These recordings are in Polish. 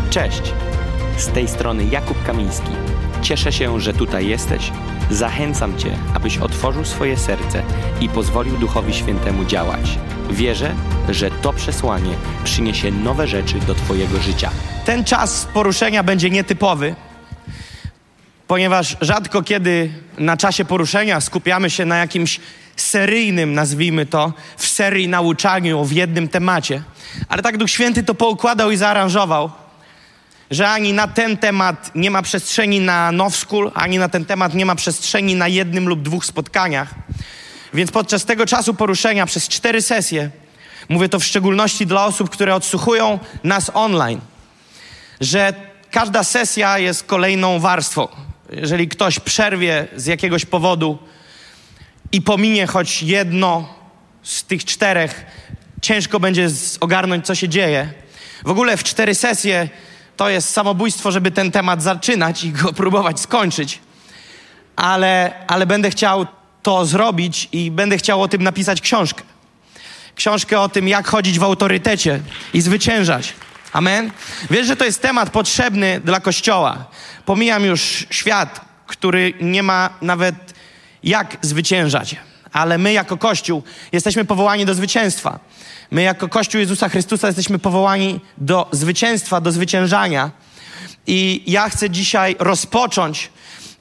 Cześć, z tej strony Jakub Kamiński. Cieszę się, że tutaj jesteś. Zachęcam Cię, abyś otworzył swoje serce i pozwolił Duchowi Świętemu działać. Wierzę, że to przesłanie przyniesie nowe rzeczy do Twojego życia. Ten czas poruszenia będzie nietypowy, ponieważ rzadko kiedy na czasie poruszenia skupiamy się na jakimś seryjnym, nazwijmy to, w serii nauczaniu w jednym temacie. Ale tak Duch Święty to poukładał i zaaranżował, że ani na ten temat nie ma przestrzeni na Now School, ani na ten temat nie ma przestrzeni na jednym lub dwóch spotkaniach. Więc podczas tego czasu poruszenia przez 4 sesje, mówię to w szczególności dla osób, które odsłuchują nas online, że każda sesja jest kolejną warstwą. Jeżeli ktoś przerwie z jakiegoś powodu i pominie choć jedno z tych 4, ciężko będzie ogarnąć, co się dzieje. W ogóle w 4 sesje to jest samobójstwo, żeby ten temat zaczynać i go próbować skończyć. Ale będę chciał to zrobić i będę chciał o tym napisać książkę. Książkę o tym, jak chodzić w autorytecie i zwyciężać. Amen? Wiesz, że to jest temat potrzebny dla Kościoła. Pomijam już świat, który nie ma nawet jak zwyciężać. Ale my jako Kościół jesteśmy powołani do zwycięstwa. My jako Kościół Jezusa Chrystusa jesteśmy powołani do zwycięstwa, do zwyciężania. I ja chcę dzisiaj rozpocząć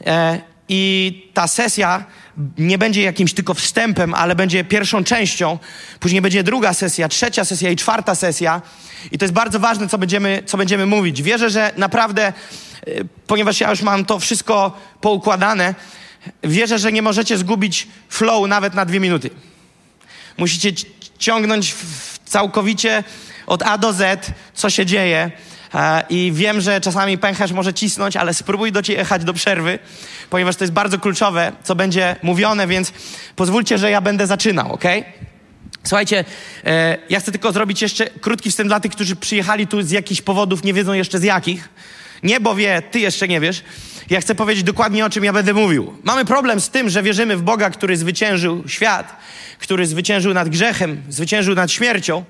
i ta sesja nie będzie jakimś tylko wstępem, ale będzie pierwszą częścią. Później będzie druga sesja, 3. sesja i 4. sesja. I to jest bardzo ważne, co będziemy mówić. Wierzę, że naprawdę, ponieważ ja już mam to wszystko poukładane, wierzę, że nie możecie zgubić flow nawet na 2 minuty. Musicie ciągnąć całkowicie od A do Z, co się dzieje. I wiem, że czasami pęcherz może cisnąć, ale spróbuj dojechać do przerwy, ponieważ to jest bardzo kluczowe, co będzie mówione, więc pozwólcie, że ja będę zaczynał, ok? Słuchajcie, ja chcę tylko zrobić jeszcze krótki wstęp dla tych, którzy przyjechali tu z jakichś powodów, nie wiedzą jeszcze z jakich. Niebo wie, ty jeszcze nie wiesz. Ja chcę powiedzieć dokładnie, o czym ja będę mówił. Mamy problem z tym, że wierzymy w Boga, który zwyciężył świat, który zwyciężył nad grzechem, zwyciężył nad śmiercią.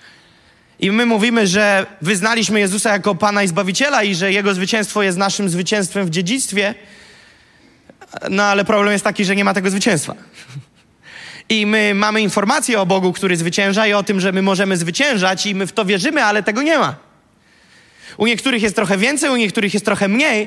I my mówimy, że wyznaliśmy Jezusa jako Pana i Zbawiciela i że Jego zwycięstwo jest naszym zwycięstwem w dziedzictwie. No ale problem jest taki, że nie ma tego zwycięstwa. I my mamy informację o Bogu, który zwycięża i o tym, że my możemy zwyciężać i my w to wierzymy, ale tego nie ma. U niektórych jest trochę więcej, u niektórych jest trochę mniej.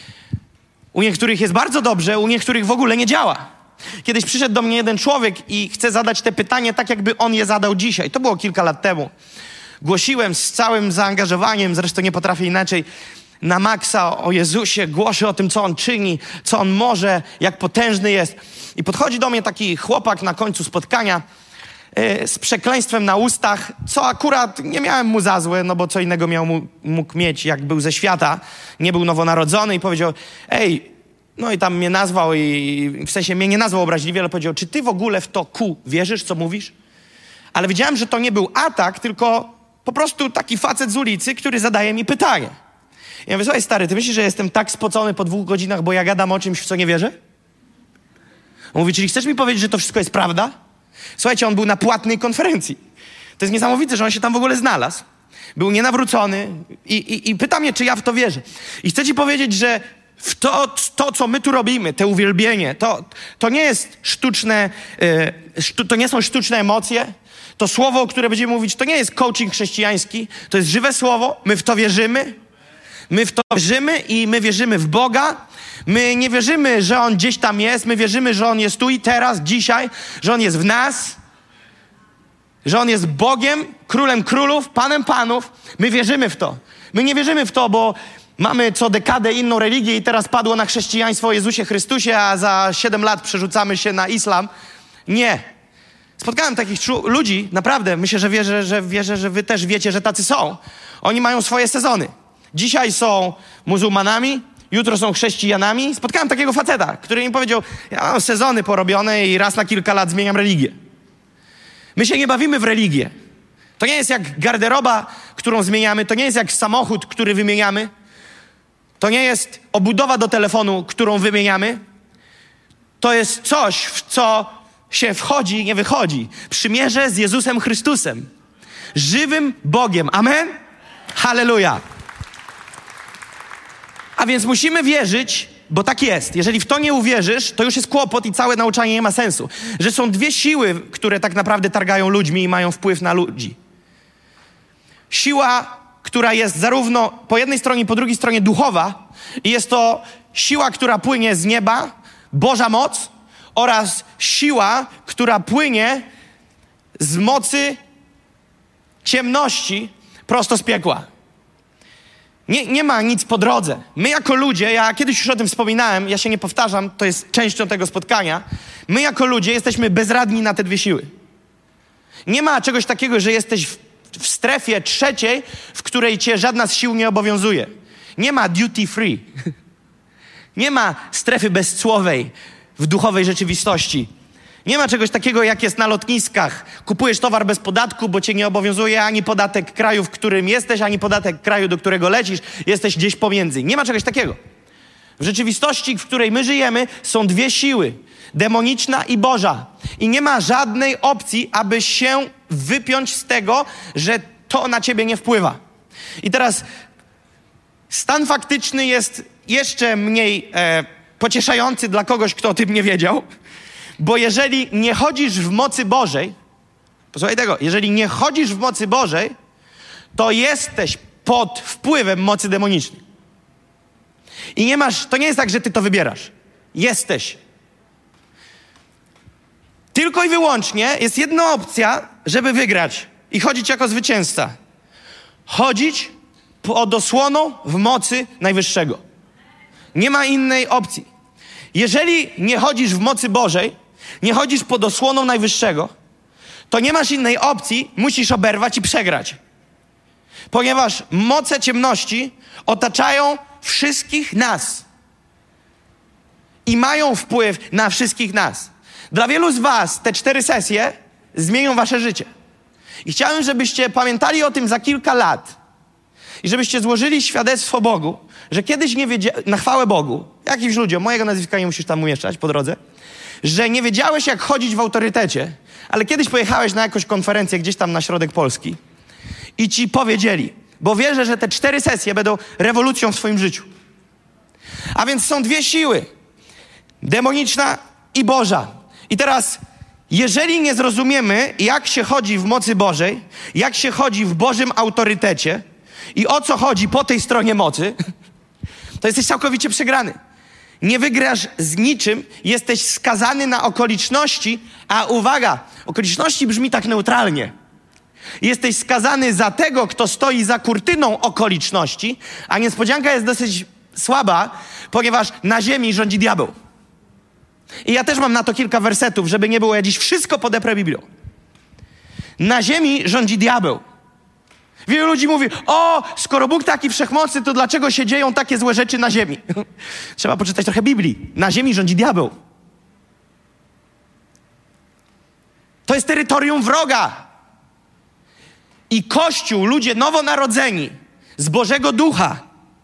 U niektórych jest bardzo dobrze, u niektórych w ogóle nie działa. Kiedyś przyszedł do mnie jeden człowiek i chce zadać te pytanie tak, jakby on je zadał dzisiaj. To było kilka lat temu. Głosiłem z całym zaangażowaniem, zresztą nie potrafię inaczej, na maksa o Jezusie, głoszę o tym, co On czyni, co On może, jak potężny jest. I podchodzi do mnie taki chłopak na końcu spotkania z przekleństwem na ustach, co akurat nie miałem mu za złe, no bo co innego mógł mieć, jak był ze świata, nie był nowonarodzony i powiedział, no i tam mnie nazwał i w sensie mnie nie nazwał obraźliwie, ale powiedział, czy ty w ogóle w to wierzysz, co mówisz? Ale wiedziałem, że to nie był atak, tylko po prostu taki facet z ulicy, który zadaje mi pytanie. Ja mówię, słuchaj stary, ty myślisz, że jestem tak spocony po 2 godzinach, bo ja gadam o czymś, w co nie wierzę? On mówi, czyli chcesz mi powiedzieć, że to wszystko jest prawda? Słuchajcie, on był na płatnej konferencji. To jest niesamowite, że on się tam w ogóle znalazł. Był nienawrócony i pyta mnie, czy ja w to wierzę. I chcę ci powiedzieć, że w to, co my tu robimy, te uwielbienie, to nie jest sztuczne, to nie są sztuczne emocje. To słowo, które będziemy mówić, to nie jest coaching chrześcijański, to jest żywe słowo, my w to wierzymy. My w to wierzymy i my wierzymy w Boga. My nie wierzymy, że On gdzieś tam jest, my wierzymy, że On jest tu i teraz, dzisiaj, że On jest w nas, że On jest Bogiem, Królem Królów, Panem Panów. My wierzymy w to. My nie wierzymy w to, bo mamy co dekadę inną religię i teraz padło na chrześcijaństwo o Jezusie Chrystusie, a za 7 lat przerzucamy się na islam. Nie. Spotkałem takich ludzi, naprawdę, myślę, że wierzę, że wy też wiecie, że tacy są. Oni mają swoje sezony. Dzisiaj są muzułmanami, jutro są chrześcijanami. Spotkałem takiego faceta, który mi powiedział, ja mam sezony porobione i raz na kilka lat zmieniam religię. My się nie bawimy w religię. To nie jest jak garderoba, którą zmieniamy, to nie jest jak samochód, który wymieniamy. To nie jest obudowa do telefonu, którą wymieniamy. To jest coś, w co się wchodzi i nie wychodzi. Przymierze z Jezusem Chrystusem. Żywym Bogiem. Amen? Halleluja. A więc musimy wierzyć, bo tak jest. Jeżeli w to nie uwierzysz, to już jest kłopot i całe nauczanie nie ma sensu. Że są dwie siły, które tak naprawdę targają ludźmi i mają wpływ na ludzi. Siła, która jest zarówno po jednej stronie i po drugiej stronie duchowa i jest to siła, która płynie z nieba, Boża moc, oraz siła, która płynie z mocy ciemności prosto z piekła. Nie ma nic po drodze. My jako ludzie, ja kiedyś już o tym wspominałem, ja się nie powtarzam, to jest częścią tego spotkania. My jako ludzie jesteśmy bezradni na te dwie siły. Nie ma czegoś takiego, że jesteś w strefie trzeciej, w której cię żadna z sił nie obowiązuje. Nie ma duty free. Nie ma strefy bezcłowej w duchowej rzeczywistości. Nie ma czegoś takiego, jak jest na lotniskach. Kupujesz towar bez podatku, bo cię nie obowiązuje ani podatek kraju, w którym jesteś, ani podatek kraju, do którego lecisz. Jesteś gdzieś pomiędzy. Nie ma czegoś takiego. W rzeczywistości, w której my żyjemy, są dwie siły. Demoniczna i Boża. I nie ma żadnej opcji, aby się wypiąć z tego, że to na ciebie nie wpływa. I teraz stan faktyczny jest jeszcze mniej pocieszający dla kogoś, kto o tym nie wiedział. Bo jeżeli nie chodzisz w mocy Bożej, posłuchaj tego, jeżeli nie chodzisz w mocy Bożej, to jesteś pod wpływem mocy demonicznej. I nie masz, to nie jest tak, że ty to wybierasz. Jesteś. Tylko i wyłącznie jest jedna opcja, żeby wygrać i chodzić jako zwycięzca. Chodzić pod osłoną w mocy Najwyższego. Nie ma innej opcji. Jeżeli nie chodzisz w mocy Bożej, nie chodzisz pod osłoną Najwyższego, to nie masz innej opcji, musisz oberwać i przegrać. Ponieważ moce ciemności otaczają wszystkich nas i mają wpływ na wszystkich nas. Dla wielu z was te 4 sesje zmienią wasze życie. I chciałem, żebyście pamiętali o tym za kilka lat i żebyście złożyli świadectwo Bogu, że kiedyś nie wiedziałeś, na chwałę Bogu, jakimś ludziom, mojego nazwiska nie musisz tam umieszczać po drodze, że nie wiedziałeś, jak chodzić w autorytecie, ale kiedyś pojechałeś na jakąś konferencję gdzieś tam na środek Polski i ci powiedzieli, bo wierzę, że te 4 sesje będą rewolucją w twoim życiu. A więc są dwie siły, demoniczna i Boża. I teraz, jeżeli nie zrozumiemy, jak się chodzi w mocy Bożej, jak się chodzi w Bożym autorytecie i o co chodzi po tej stronie mocy, to jesteś całkowicie przegrany. Nie wygrasz z niczym, jesteś skazany na okoliczności, a uwaga, okoliczności brzmi tak neutralnie. Jesteś skazany za tego, kto stoi za kurtyną okoliczności, a niespodzianka jest dosyć słaba, ponieważ na ziemi rządzi diabeł. I ja też mam na to kilka wersetów, żeby nie było, ja dziś wszystko podeprę Biblią. Na ziemi rządzi diabeł. Wielu ludzi mówi, o, skoro Bóg taki wszechmocny, to dlaczego się dzieją takie złe rzeczy na ziemi? Trzeba poczytać trochę Biblii. Na ziemi rządzi diabeł. To jest terytorium wroga. I Kościół, ludzie nowonarodzeni z Bożego Ducha.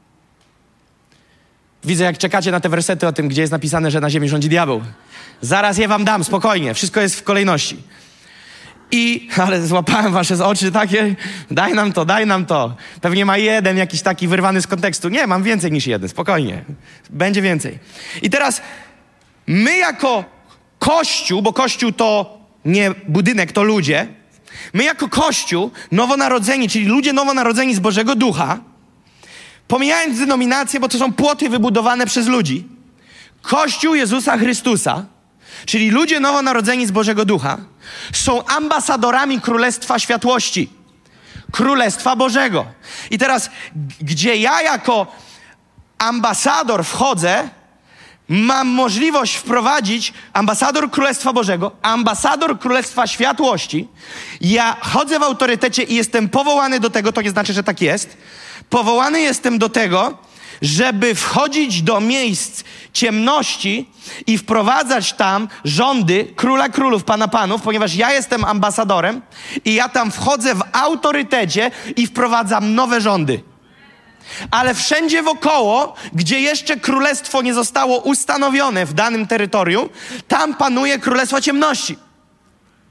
Widzę, jak czekacie na te wersety o tym, gdzie jest napisane, że na ziemi rządzi diabeł. Zaraz je wam dam, spokojnie. Wszystko jest w kolejności. Ale złapałem wasze z oczy takie, daj nam to. Pewnie ma jeden jakiś taki wyrwany z kontekstu. Nie, mam więcej niż jeden, spokojnie. Będzie więcej. I teraz my jako Kościół, bo Kościół to nie budynek, to ludzie. My jako Kościół nowonarodzeni, czyli ludzie nowonarodzeni z Bożego Ducha, pomijając denominacje, bo to są płoty wybudowane przez ludzi, Kościół Jezusa Chrystusa, czyli ludzie nowonarodzeni z Bożego Ducha, są ambasadorami Królestwa Światłości, Królestwa Bożego. I teraz, gdzie ja jako ambasador wchodzę, mam możliwość wprowadzić ambasador Królestwa Bożego, ambasador Królestwa Światłości. Ja chodzę w autorytecie i jestem powołany do tego, to nie znaczy, że tak jest. Powołany jestem do tego, żeby wchodzić do miejsc ciemności i wprowadzać tam rządy Króla Królów, Pana Panów, ponieważ ja jestem ambasadorem i ja tam wchodzę w autorytecie i wprowadzam nowe rządy. Ale wszędzie wokoło, gdzie jeszcze królestwo nie zostało ustanowione w danym terytorium, tam panuje królestwo ciemności.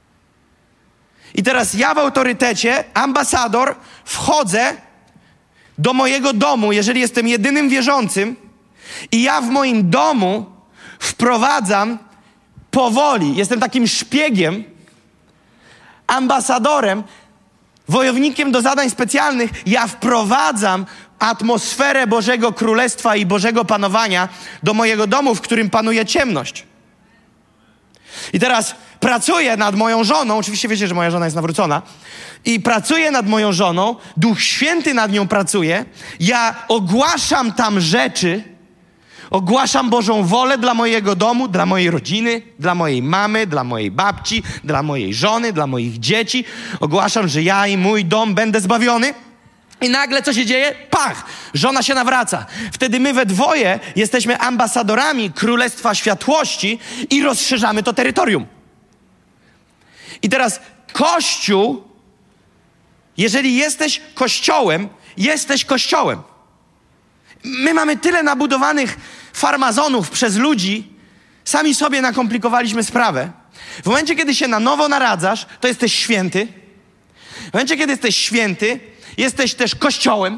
I teraz ja w autorytecie, ambasador, wchodzę do mojego domu, jeżeli jestem jedynym wierzącym i ja w moim domu wprowadzam powoli, jestem takim szpiegiem, ambasadorem, wojownikiem do zadań specjalnych, ja wprowadzam atmosferę Bożego Królestwa i Bożego Panowania do mojego domu, w którym panuje ciemność. I teraz pracuję nad moją żoną, oczywiście wiecie, że moja żona jest nawrócona, i pracuję nad moją żoną, Duch Święty nad nią pracuje, ja ogłaszam tam rzeczy, ogłaszam Bożą wolę dla mojego domu, dla mojej rodziny, dla mojej mamy, dla mojej babci, dla mojej żony, dla moich dzieci. Ogłaszam, że ja i mój dom będę zbawiony. I nagle co się dzieje? Pach! Żona się nawraca. Wtedy my we dwoje jesteśmy ambasadorami Królestwa Światłości i rozszerzamy to terytorium. I teraz Kościół, jeżeli jesteś Kościołem, jesteś Kościołem. My mamy tyle nabudowanych farmazonów przez ludzi, sami sobie nakomplikowaliśmy sprawę. W momencie, kiedy się na nowo narodzasz, to jesteś święty. W momencie, kiedy jesteś święty, jesteś też Kościołem.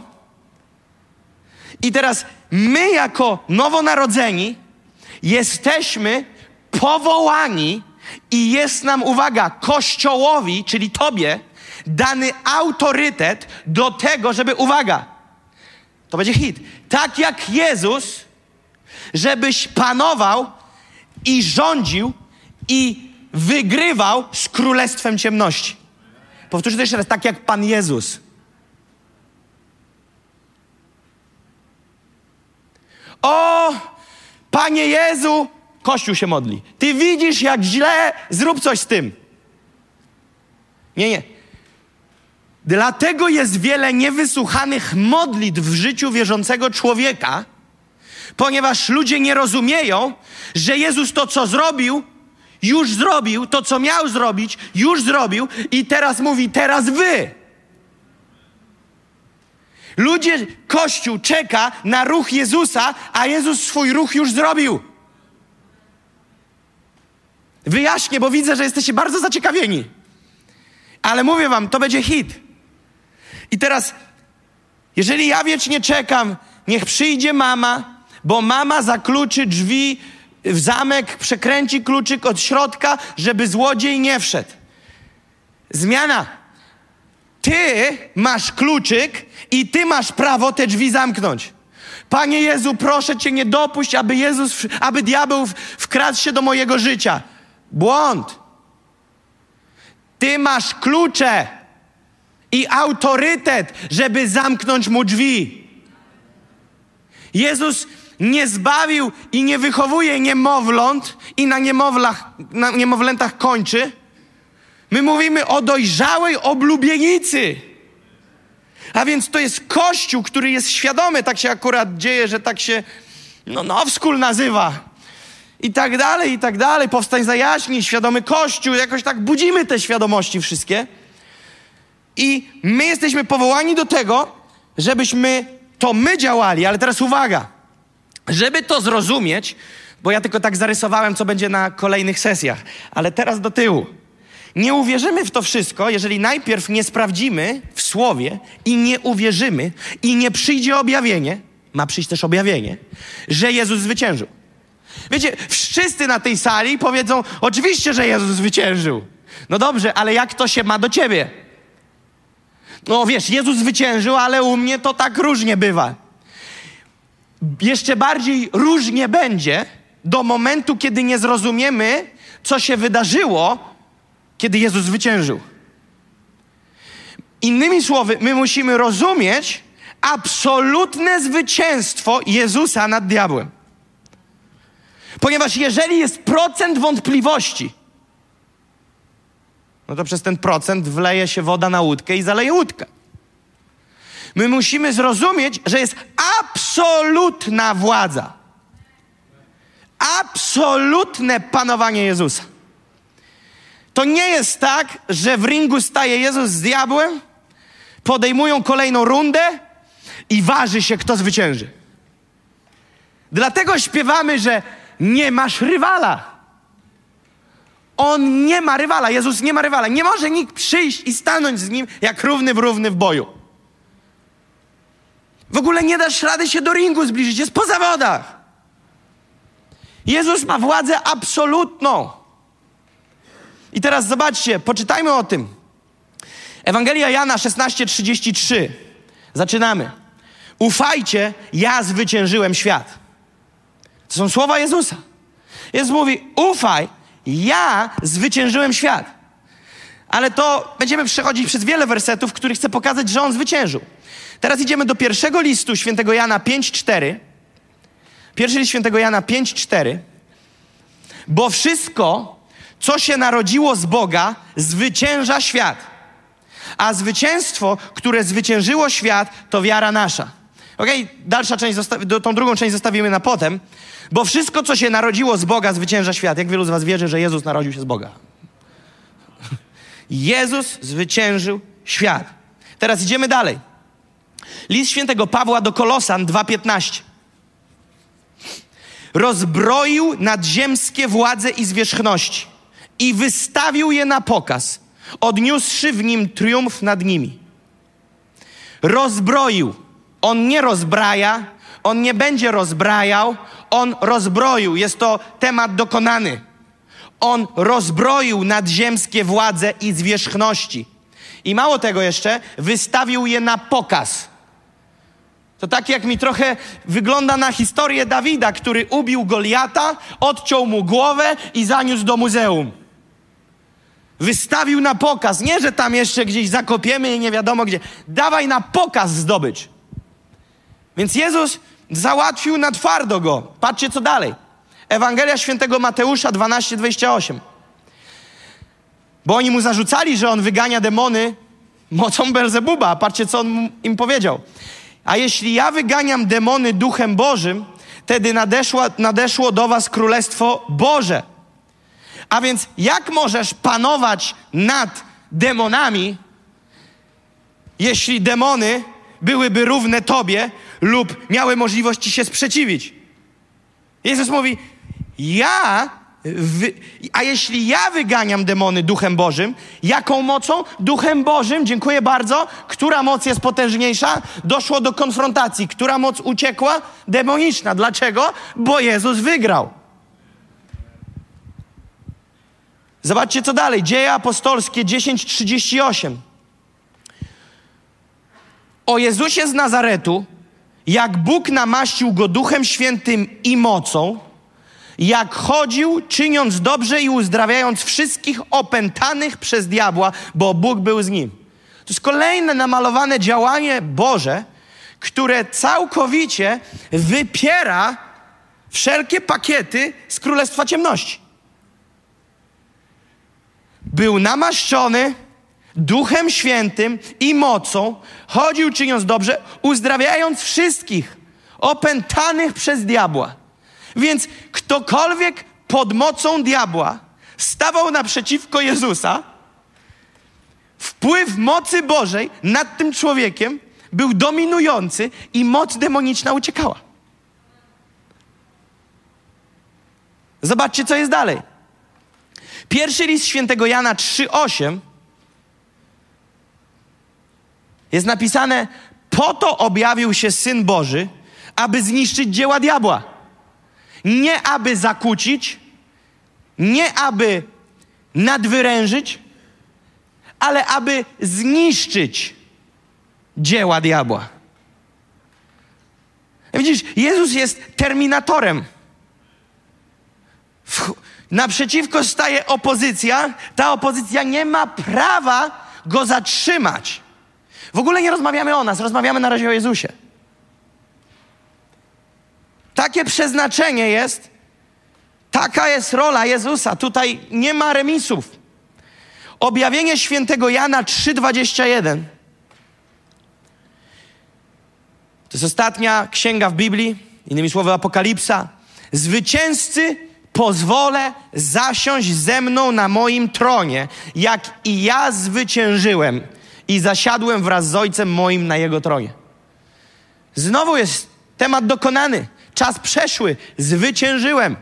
I teraz my jako nowonarodzeni jesteśmy powołani i jest nam, uwaga, Kościołowi, czyli tobie, dany autorytet do tego, żeby, uwaga, to będzie hit, tak jak Jezus, żebyś panował i rządził i wygrywał z królestwem ciemności. Powtórzę to jeszcze raz, tak jak Pan Jezus. O, Panie Jezu, Kościół się modli. Ty widzisz, jak źle, zrób coś z tym. Nie. Dlatego jest wiele niewysłuchanych modlitw w życiu wierzącego człowieka, ponieważ ludzie nie rozumieją, że Jezus to, co zrobił, już zrobił, to, co miał zrobić, już zrobił i teraz mówi, teraz wy. Kościół czeka na ruch Jezusa, a Jezus swój ruch już zrobił. Wyjaśnię, bo widzę, że jesteście bardzo zaciekawieni. Ale mówię wam, to będzie hit. I teraz, jeżeli ja wiecznie czekam, niech przyjdzie mama, bo mama zakluczy drzwi w zamek, przekręci kluczyk od środka, żeby złodziej nie wszedł. Zmiana. Ty masz kluczyk i ty masz prawo te drzwi zamknąć. Panie Jezu, proszę Cię, nie dopuść, aby diabeł wkradł się do mojego życia. Błąd. Ty masz klucze i autorytet, żeby zamknąć mu drzwi. Jezus nie zbawił i nie wychowuje niemowląt i na niemowlętach kończy. My mówimy o dojrzałej oblubienicy. A więc to jest Kościół, który jest świadomy. Tak się akurat dzieje, że tak się Nowskul nazywa. I tak dalej. Powstań zajaśnij, świadomy Kościół. Jakoś tak budzimy te świadomości wszystkie. I my jesteśmy powołani do tego, żebyśmy my działali. Ale teraz uwaga. Żeby to zrozumieć, bo ja tylko tak zarysowałem, co będzie na kolejnych sesjach. Ale teraz do tyłu. Nie uwierzymy w to wszystko, jeżeli najpierw nie sprawdzimy w Słowie i nie uwierzymy i nie przyjdzie objawienie, ma przyjść też objawienie, że Jezus zwyciężył. Wiecie, wszyscy na tej sali powiedzą, oczywiście, że Jezus zwyciężył. No dobrze, ale jak to się ma do ciebie? No wiesz, Jezus zwyciężył, ale u mnie to tak różnie bywa. Jeszcze bardziej różnie będzie do momentu, kiedy nie zrozumiemy, co się wydarzyło, kiedy Jezus zwyciężył. Innymi słowy, my musimy rozumieć absolutne zwycięstwo Jezusa nad diabłem. Ponieważ jeżeli jest procent wątpliwości, no to przez ten procent wleje się woda na łódkę i zaleje łódkę. My musimy zrozumieć, że jest absolutna władza. Absolutne panowanie Jezusa. To nie jest tak, że w ringu staje Jezus z diabłem, podejmują kolejną rundę i waży się, kto zwycięży. Dlatego śpiewamy, że nie masz rywala. On nie ma rywala. Jezus nie ma rywala. Nie może nikt przyjść i stanąć z nim jak równy w boju. W ogóle nie dasz rady się do ringu zbliżyć, jest po zawodach. Jezus ma władzę absolutną. I teraz zobaczcie, poczytajmy o tym. Ewangelia Jana 16:33. Zaczynamy. Ufajcie, ja zwyciężyłem świat. To są słowa Jezusa. Jezus mówi, ufaj, ja zwyciężyłem świat. Ale to będziemy przechodzić przez wiele wersetów, w których chcę pokazać, że On zwyciężył. Teraz idziemy do pierwszego listu świętego Jana 5:4. Pierwszy list świętego Jana 5:4. Bo wszystko, co się narodziło z Boga, zwycięża świat. A zwycięstwo, które zwyciężyło świat, to wiara nasza. Okej, dalsza część, tą drugą część zostawimy na potem. Bo wszystko, co się narodziło z Boga, zwycięża świat. Jak wielu z was wierzy, że Jezus narodził się z Boga? Jezus zwyciężył świat. Teraz idziemy dalej. List świętego Pawła do Kolosan 2:15. Rozbroił nadziemskie władze i zwierzchności i wystawił je na pokaz, odniósłszy w nim triumf nad nimi. Rozbroił. On nie rozbraja, on nie będzie rozbrajał, on rozbroił. Jest to temat dokonany. On rozbroił nadziemskie władze i zwierzchności. I mało tego jeszcze, wystawił je na pokaz. To tak jak mi trochę wygląda na historię Dawida, który ubił Goliata, odciął mu głowę i zaniósł do muzeum. Wystawił na pokaz. Nie, że tam jeszcze gdzieś zakopiemy i nie wiadomo gdzie. Dawaj na pokaz zdobycz. Więc Jezus załatwił na twardo go. Patrzcie, co dalej. Ewangelia świętego Mateusza 12:28. Bo oni mu zarzucali, że on wygania demony mocą Belzebuba. Patrzcie, co on im powiedział. A jeśli ja wyganiam demony duchem Bożym, wtedy nadeszło do was Królestwo Boże. A więc jak możesz panować nad demonami, jeśli demony byłyby równe tobie lub miały możliwość ci się sprzeciwić? Jezus mówi, a jeśli ja wyganiam demony duchem Bożym, jaką mocą? Duchem Bożym, dziękuję bardzo. Która moc jest potężniejsza? Doszło do konfrontacji. Która moc uciekła? Demoniczna. Dlaczego? Bo Jezus wygrał. Zobaczcie, co dalej. Dzieje apostolskie 10:38. O Jezusie z Nazaretu, jak Bóg namaścił Go Duchem Świętym i mocą, jak chodził, czyniąc dobrze i uzdrawiając wszystkich opętanych przez diabła, bo Bóg był z Nim. To jest kolejne namalowane działanie Boże, które całkowicie wypiera wszelkie pakiety z Królestwa Ciemności. Był namaszczony Duchem Świętym i mocą, chodził, czyniąc dobrze, uzdrawiając wszystkich opętanych przez diabła. Więc ktokolwiek pod mocą diabła stawał naprzeciwko Jezusa, wpływ mocy Bożej nad tym człowiekiem był dominujący i moc demoniczna uciekała. Zobaczcie, co jest dalej. Pierwszy list świętego Jana 3:8 jest napisane, po to objawił się Syn Boży, aby zniszczyć dzieła diabła. Nie aby zakłócić, nie aby nadwyrężyć, ale aby zniszczyć dzieła diabła. Widzisz, Jezus jest terminatorem. Naprzeciwko staje opozycja. Ta opozycja nie ma prawa go zatrzymać. W ogóle nie rozmawiamy o nas, rozmawiamy na razie o Jezusie. Takie przeznaczenie jest, taka jest rola Jezusa. Tutaj nie ma remisów. Objawienie świętego Jana 3:21. To jest ostatnia księga w Biblii, innymi słowy Apokalipsa. Zwycięzcy pozwolę zasiąść ze mną na moim tronie, jak i ja zwyciężyłem i zasiadłem wraz z Ojcem moim na Jego tronie. Znowu jest temat dokonany. Czas przeszły. Zwyciężyłem.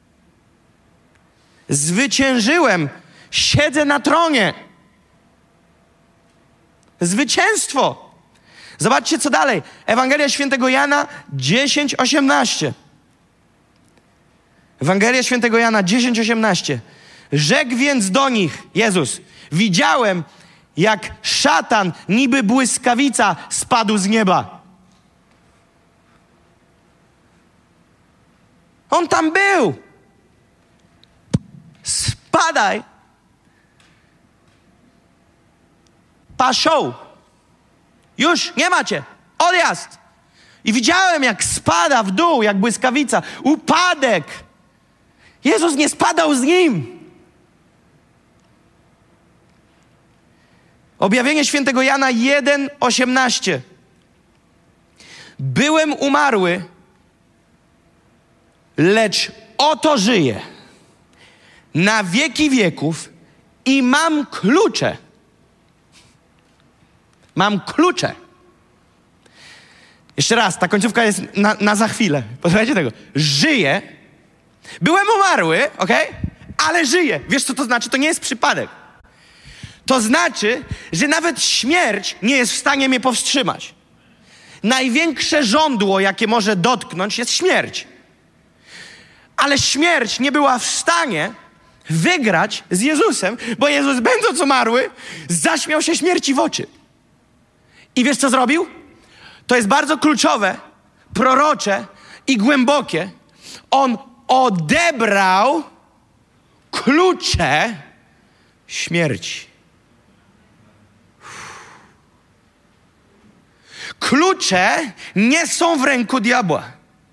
Zwyciężyłem. Siedzę na tronie. Zwycięstwo. Zobaczcie, co dalej. Ewangelia Świętego Jana 10:18. Ewangelia Świętego Jana 10:18. Rzekł więc do nich Jezus: widziałem, jak szatan niby błyskawica spadł z nieba. On tam był. Spadaj. Paszą. Już nie macie. Odjazd. I widziałem, jak spada w dół, jak błyskawica. Upadek. Jezus nie spadał z nim. Objawienie Świętego Jana 1:18. Byłem umarły, lecz oto żyję na wieki wieków i mam klucze. Mam klucze. Jeszcze raz, ta końcówka jest na za chwilę. Posłuchajcie tego. Żyję. Byłem umarły, okej? Ale żyję. Wiesz, co to znaczy? To nie jest przypadek. To znaczy, że nawet śmierć nie jest w stanie mnie powstrzymać. Największe żądło, jakie może dotknąć, jest śmierć. Ale śmierć nie była w stanie wygrać z Jezusem, bo Jezus, będąc umarły, zaśmiał się śmierci w oczy. I wiesz, co zrobił? To jest bardzo kluczowe, prorocze i głębokie. On odebrał klucze śmierci. Klucze nie są w ręku diabła.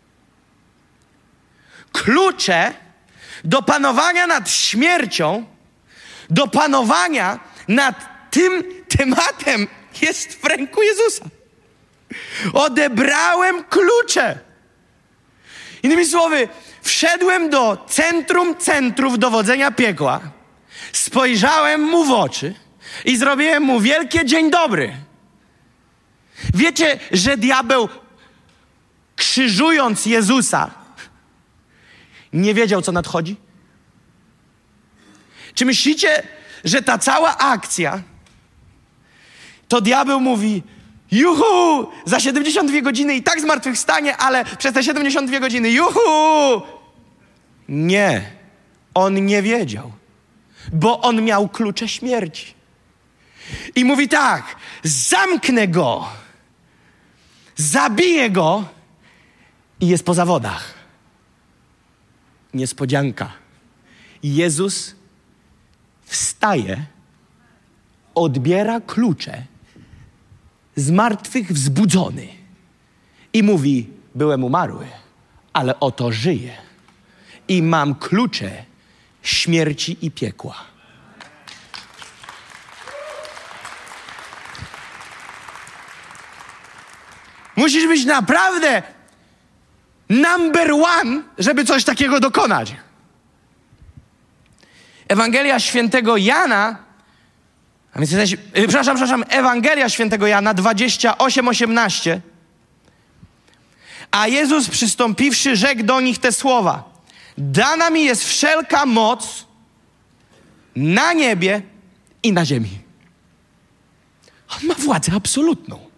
Klucze do panowania nad śmiercią, do panowania nad tym tematem jest w ręku Jezusa. Odebrałem klucze. Innymi słowy, wszedłem do centrów dowodzenia piekła, spojrzałem mu w oczy i zrobiłem mu wielkie dzień dobry. Wiecie, że diabeł, krzyżując Jezusa, nie wiedział, co nadchodzi? Czy myślicie, że ta cała akcja, to diabeł mówi: juhu, za 72 godziny i tak zmartwychwstanie, ale przez te 72 godziny, juhu! Nie, on nie wiedział, bo on miał klucze śmierci. I mówi tak: zamknę go, zabiję go i jest po zawodach. Niespodzianka. Jezus wstaje, odbiera klucze, z martwych wzbudzony i mówi: byłem umarły, ale oto żyję i mam klucze śmierci i piekła. Musisz być naprawdę number one, żeby coś takiego dokonać. Ewangelia Świętego Jana, a więc Ewangelia Świętego Jana 28:18. A Jezus przystąpiwszy, rzekł do nich te słowa: dana mi jest wszelka moc na niebie i na ziemi. On ma władzę absolutną.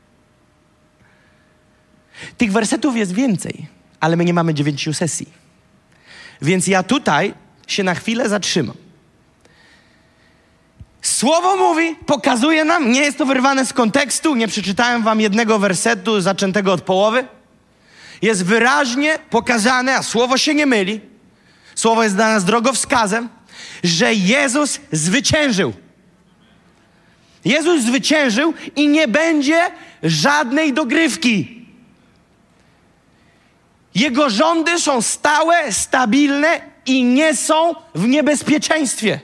Tych wersetów jest więcej, ale my nie mamy 9 sesji. Więc ja tutaj się na chwilę zatrzymam. Słowo mówi, pokazuje nam, nie jest to wyrwane z kontekstu, nie przeczytałem wam jednego wersetu zaczętego od połowy. Jest wyraźnie pokazane, a słowo się nie myli. Słowo jest dla nas drogowskazem, że Jezus zwyciężył. Jezus zwyciężył i nie będzie żadnej dogrywki. Jego rządy są stałe, stabilne i nie są w niebezpieczeństwie.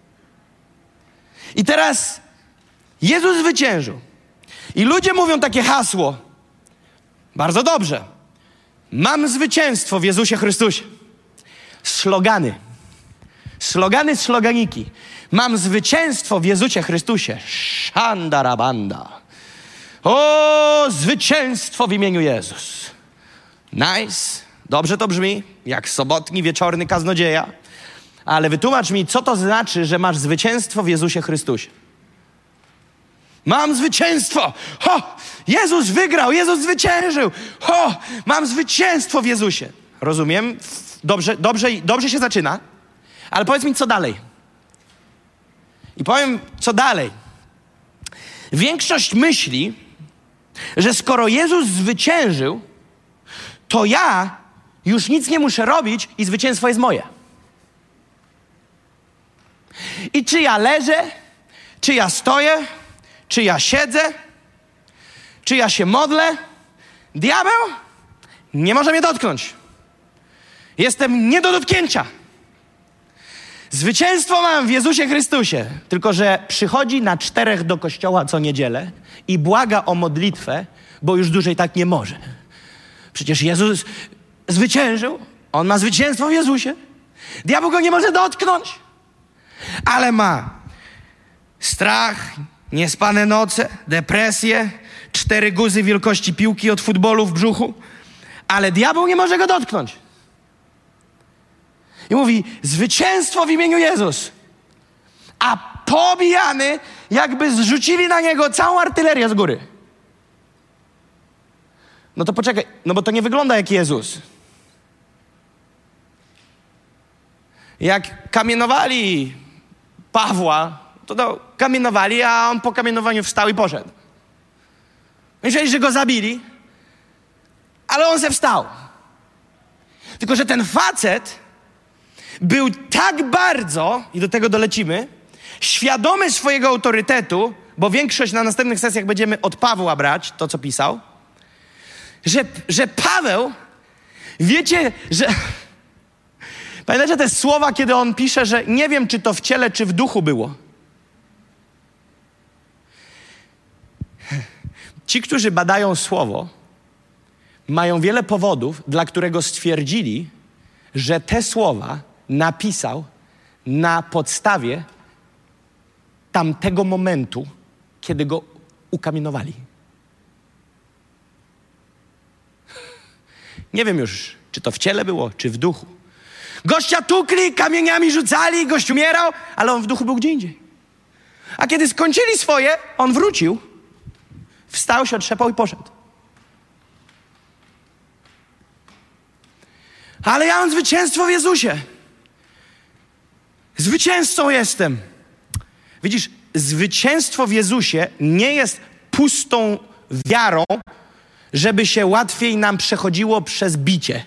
I teraz Jezus zwyciężył. I ludzie mówią takie hasło. Bardzo dobrze. Mam zwycięstwo w Jezusie Chrystusie. Slogany. Slogany, sloganiki. Mam zwycięstwo w Jezusie Chrystusie. Szandarabanda. O, zwycięstwo w imieniu Jezus. Nice. Dobrze to brzmi, jak sobotni, wieczorny kaznodzieja. Ale wytłumacz mi, co to znaczy, że masz zwycięstwo w Jezusie Chrystusie. Mam zwycięstwo. Ho! Jezus wygrał, Jezus zwyciężył. Ho! Mam zwycięstwo w Jezusie. Rozumiem? Dobrze się zaczyna. Ale powiedz mi, co dalej? I powiem, co dalej. Większość myśli, że skoro Jezus zwyciężył, to ja już nic nie muszę robić i zwycięstwo jest moje. I czy ja leżę, czy ja stoję, czy ja siedzę, czy ja się modlę, diabeł nie może mnie dotknąć. Jestem nie do dotknięcia. Zwycięstwo mam w Jezusie Chrystusie. Tylko że przychodzi na 4 do kościoła co niedzielę i błaga o modlitwę, bo już dłużej tak nie może. Przecież Jezus zwyciężył. On ma zwycięstwo w Jezusie. Diabeł go nie może dotknąć. Ale ma strach, niespane noce, depresję, 4 guzy wielkości piłki od futbolu w brzuchu. Ale diabeł nie może go dotknąć. I mówi, zwycięstwo w imieniu Jezus. A pobijany, jakby zrzucili na niego całą artylerię z góry. No to poczekaj, no bo to nie wygląda jak Jezus. Jak kamienowali Pawła, to kamienowali, a on po kamienowaniu wstał i poszedł. Myśleli, że go zabili, ale on se wstał. Tylko że ten facet był tak bardzo, i do tego dolecimy, świadomy swojego autorytetu, bo większość na następnych sesjach będziemy od Pawła brać, to co pisał, że Paweł, wiecie, że... Pamiętacie te słowa, kiedy on pisze, że nie wiem, czy to w ciele, czy w duchu było. Ci, którzy badają słowo, mają wiele powodów, dla którego stwierdzili, że te słowa napisał na podstawie tamtego momentu, kiedy go ukamienowali. Nie wiem już, czy to w ciele było, czy w duchu. Gościa tukli, kamieniami rzucali, gość umierał, ale on w duchu był gdzie indziej. A kiedy skończyli swoje, on wrócił, wstał się, otrzepał i poszedł. Ale ja mam zwycięstwo w Jezusie. Zwycięzcą jestem. Widzisz, zwycięstwo w Jezusie nie jest pustą wiarą, żeby się łatwiej nam przechodziło przez bicie.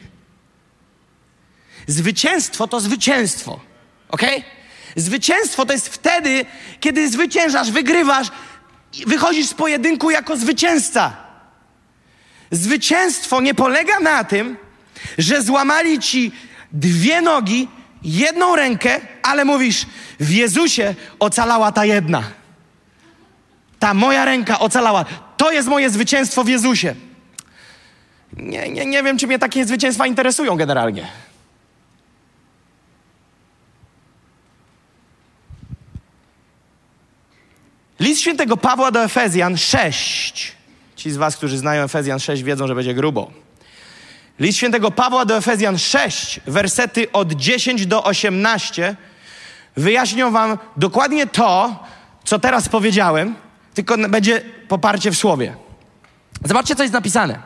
Zwycięstwo to zwycięstwo. Okej? Zwycięstwo to jest wtedy, kiedy zwyciężasz, wygrywasz, wychodzisz z pojedynku jako zwycięzca. Zwycięstwo nie polega na tym, że złamali ci 2 nogi, 1 rękę, ale mówisz, w Jezusie ocalała ta jedna. Ta moja ręka ocalała. To jest moje zwycięstwo w Jezusie. Nie wiem, czy mnie takie zwycięstwa interesują generalnie. List świętego Pawła do Efezjan 6. Ci z was, którzy znają Efezjan 6, wiedzą, że będzie grubo. List świętego Pawła do Efezjan 6, wersety od 10 do 18 wyjaśnią wam dokładnie to, co teraz powiedziałem, tylko będzie poparcie w słowie. Zobaczcie, co jest napisane.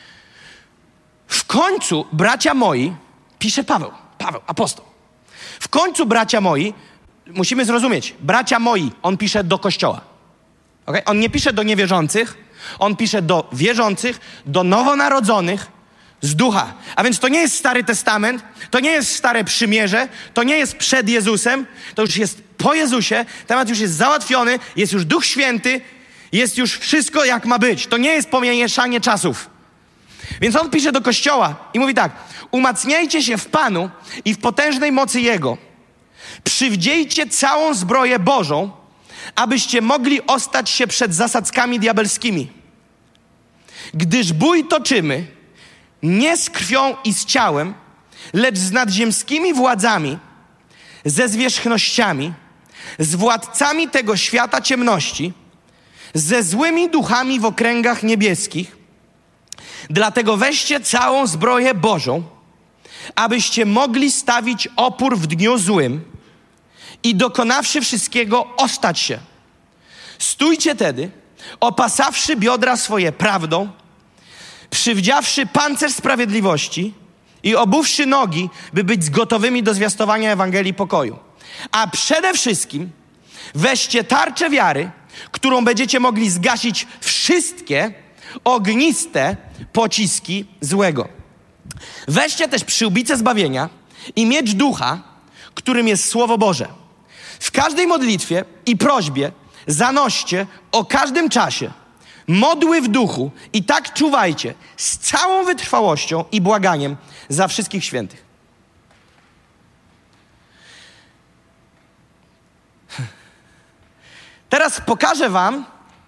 W końcu, bracia moi, pisze Paweł, apostoł. W końcu, bracia moi, musimy zrozumieć, bracia moi, on pisze do Kościoła. Okay? On nie pisze do niewierzących, on pisze do wierzących, do nowonarodzonych z ducha. A więc to nie jest Stary Testament, to nie jest Stare Przymierze, to nie jest przed Jezusem, to już jest po Jezusie, temat już jest załatwiony, jest już Duch Święty, jest już wszystko jak ma być. To nie jest pomieszanie czasów. Więc on pisze do Kościoła i mówi tak: umacniajcie się w Panu i w potężnej mocy Jego. Przywdziejcie całą zbroję Bożą, abyście mogli ostać się przed zasadzkami diabelskimi. Gdyż bój toczymy nie z krwią i z ciałem, lecz z nadziemskimi władzami, ze zwierzchnościami, z władcami tego świata ciemności, ze złymi duchami w okręgach niebieskich. Dlatego weźcie całą zbroję Bożą, abyście mogli stawić opór w dniu złym i dokonawszy wszystkiego ostać się. Stójcie tedy, opasawszy biodra swoje prawdą, przywdziawszy pancerz sprawiedliwości i obuwszy nogi, by być gotowymi do zwiastowania Ewangelii pokoju. A przede wszystkim weźcie tarczę wiary, którą będziecie mogli zgasić wszystkie ogniste pociski złego. Weźcie też przyłbicę zbawienia i miecz ducha, którym jest Słowo Boże. W każdej modlitwie i prośbie zanoście o każdym czasie modły w duchu i tak czuwajcie z całą wytrwałością i błaganiem za wszystkich świętych. Teraz pokażę wam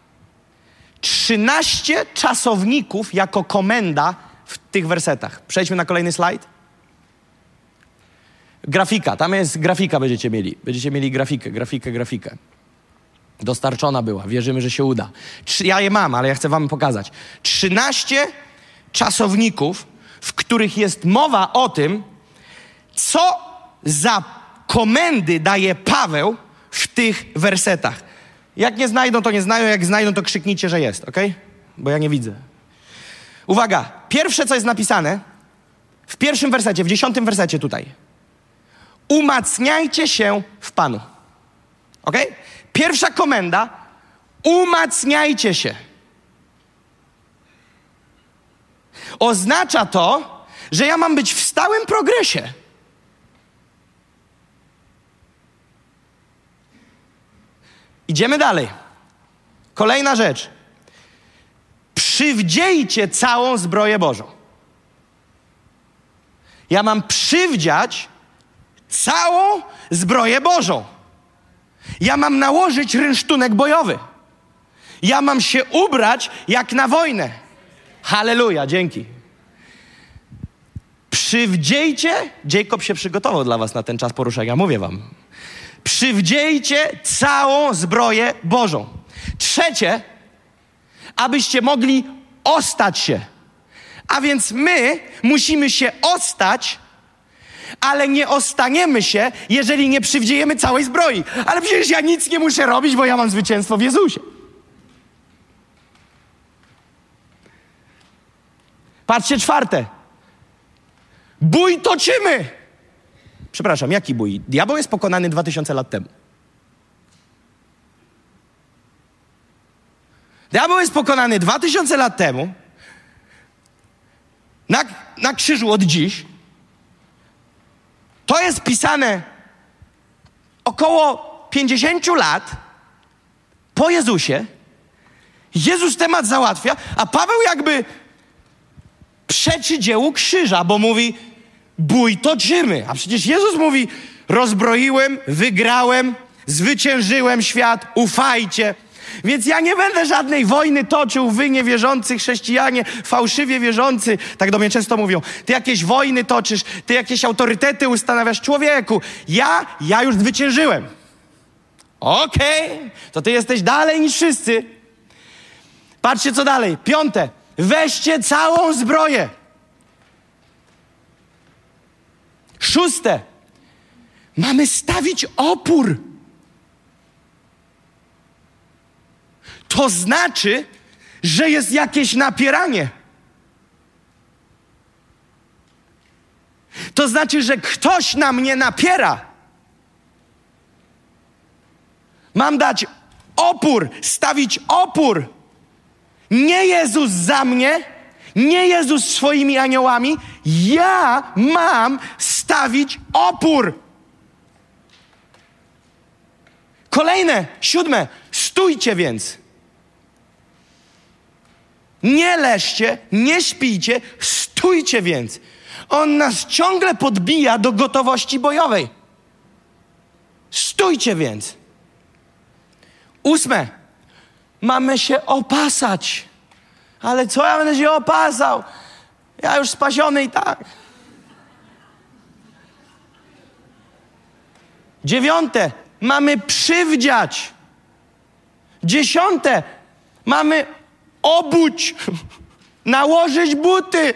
13 czasowników jako komenda w tych wersetach. Przejdźmy na kolejny slajd. Grafika, tam jest grafika będziecie mieli. Będziecie mieli grafikę. Dostarczona była, wierzymy, że się uda. Ja je mam, ale ja chcę wam pokazać. 13 czasowników, w których jest mowa o tym, co za komendy daje Paweł w tych wersetach. Jak nie znajdą, to nie znają, jak znajdą, to krzyknijcie, że jest, okej? Bo ja nie widzę. Uwaga, pierwsze, co jest napisane w pierwszym wersecie, w 10 wersecie tutaj. Umacniajcie się w Panu. Okej? Pierwsza komenda, umacniajcie się. Oznacza to, że ja mam być w stałym progresie. Idziemy dalej. Kolejna rzecz. Przywdziejcie całą zbroję Bożą. Ja mam przywdziać całą zbroję Bożą. Ja mam nałożyć rynsztunek bojowy. Ja mam się ubrać jak na wojnę. Halleluja, dzięki. Przywdziejcie, Jacob się przygotował dla was na ten czas poruszenia, mówię wam. Przywdziejcie całą zbroję Bożą. Trzecie, abyście mogli ostać się. A więc my musimy się ostać, ale nie ostaniemy się, jeżeli nie przywdziejemy całej zbroi. Ale przecież ja nic nie muszę robić, bo ja mam zwycięstwo w Jezusie. Patrzcie, czwarte. Bój toczymy. Przepraszam, jaki bój? Diabeł jest pokonany 2000 lat temu. Diabeł jest pokonany 2000 lat temu na krzyżu od dziś. To jest pisane około 50 lat po Jezusie. Jezus temat załatwia, a Paweł jakby przeczy dziełu krzyża, bo mówi, bój toczymy. A przecież Jezus mówi, rozbroiłem, wygrałem, zwyciężyłem świat, ufajcie. Więc ja nie będę żadnej wojny toczył, wy niewierzący chrześcijanie, fałszywie wierzący, tak do mnie często mówią, ty jakieś wojny toczysz, ty jakieś autorytety ustanawiasz. Człowieku, ja już zwyciężyłem. Okej, to ty jesteś dalej niż wszyscy. Patrzcie, co dalej. 5. Weźcie całą zbroję. 6. Mamy stawić opór. To znaczy, że jest jakieś napieranie. To znaczy, że ktoś na mnie napiera. Mam dać opór, stawić opór. Nie Jezus za mnie, nie Jezus swoimi aniołami. Ja mam stawić opór. Kolejne, 7. Stójcie więc. Nie leżcie, nie śpijcie, stójcie więc. On nas ciągle podbija do gotowości bojowej. Stójcie więc. 8. Mamy się opasać. Ale co ja będę się opasał? Ja już spasiony i tak. 9. Mamy przywdziać. 10. Mamy obuć. Nałożyć buty.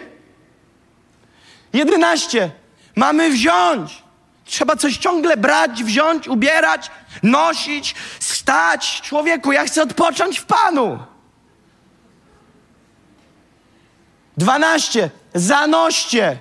11. Mamy wziąć. Trzeba coś ciągle brać, wziąć, ubierać, nosić, stać. Człowieku, ja chcę odpocząć w Panu. 12. Zanoście.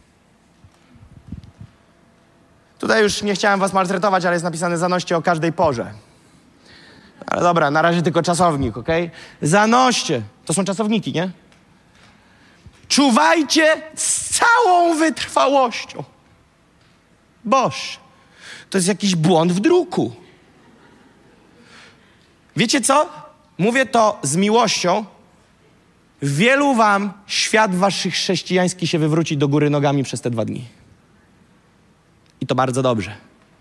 Tutaj już nie chciałem was maltretować, ale jest napisane zanoście o każdej porze. Ale dobra, na razie tylko czasownik, okej? Zanoście. To są czasowniki, nie? Czuwajcie z całą wytrwałością. Boż, to jest jakiś błąd w druku. Wiecie co? Mówię to z miłością. Wielu wam świat waszych chrześcijański się wywróci do góry nogami przez te 2 dni. I to bardzo dobrze.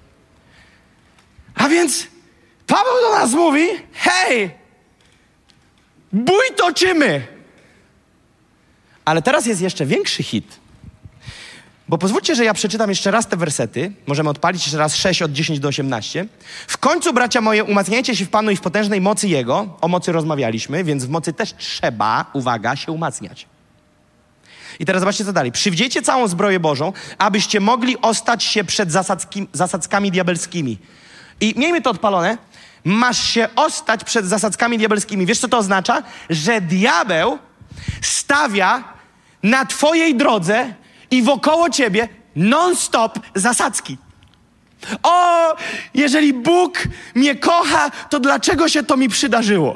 A więc Paweł do nas mówi, hej, bój toczymy. Ale teraz jest jeszcze większy hit. Bo pozwólcie, że ja przeczytam jeszcze raz te wersety. Możemy odpalić jeszcze raz 6 od 10 do 18. W końcu, bracia moje, umacniajcie się w Panu i w potężnej mocy Jego. O mocy rozmawialiśmy, więc w mocy też trzeba, uwaga, się umacniać. I teraz zobaczcie, co dalej. Przywdziejcie całą zbroję Bożą, abyście mogli ostać się przed zasadzkami diabelskimi. I miejmy to odpalone. Masz się ostać przed zasadzkami diabelskimi. Wiesz, co to oznacza? Że diabeł stawia na twojej drodze i wokoło ciebie non-stop zasadzki. O, jeżeli Bóg mnie kocha, to dlaczego się to mi przydarzyło?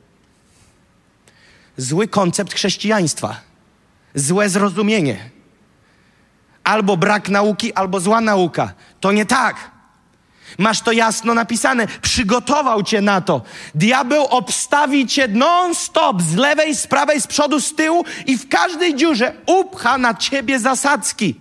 Zły koncept chrześcijaństwa. Złe zrozumienie. Albo brak nauki, albo zła nauka. To nie tak. Masz to jasno napisane. Przygotował cię na to. Diabeł obstawi cię non-stop z lewej, z prawej, z przodu, z tyłu i w każdej dziurze upcha na ciebie zasadzki.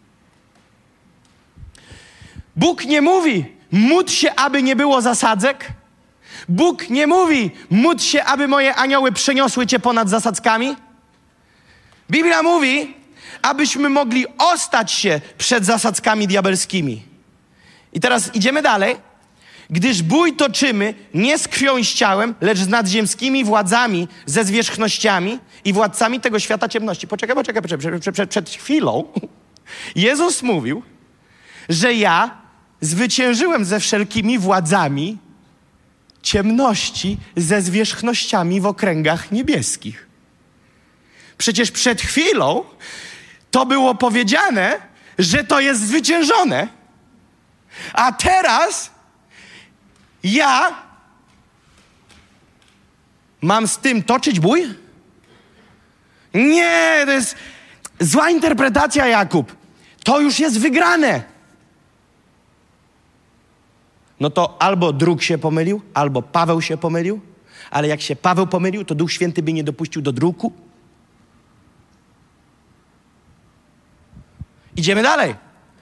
Bóg nie mówi, módl się, aby nie było zasadzek. Bóg nie mówi, módl się, aby moje anioły przeniosły cię ponad zasadzkami. Biblia mówi, abyśmy mogli ostać się przed zasadzkami diabelskimi. I teraz idziemy dalej. Gdyż bój toczymy nie z krwią i z ciałem, lecz z nadziemskimi władzami, ze zwierzchnościami i władcami tego świata ciemności. Poczekaj. Przed chwilą Jezus mówił, że ja zwyciężyłem ze wszelkimi władzami ciemności, ze zwierzchnościami w okręgach niebieskich. Przecież przed chwilą to było powiedziane, że to jest zwyciężone. A teraz ja mam z tym toczyć bój? Nie, to jest zła interpretacja, Jakub. To już jest wygrane. No to albo druk się pomylił, albo Paweł się pomylił, ale jak się Paweł pomylił, to Duch Święty by nie dopuścił do druku. Idziemy dalej.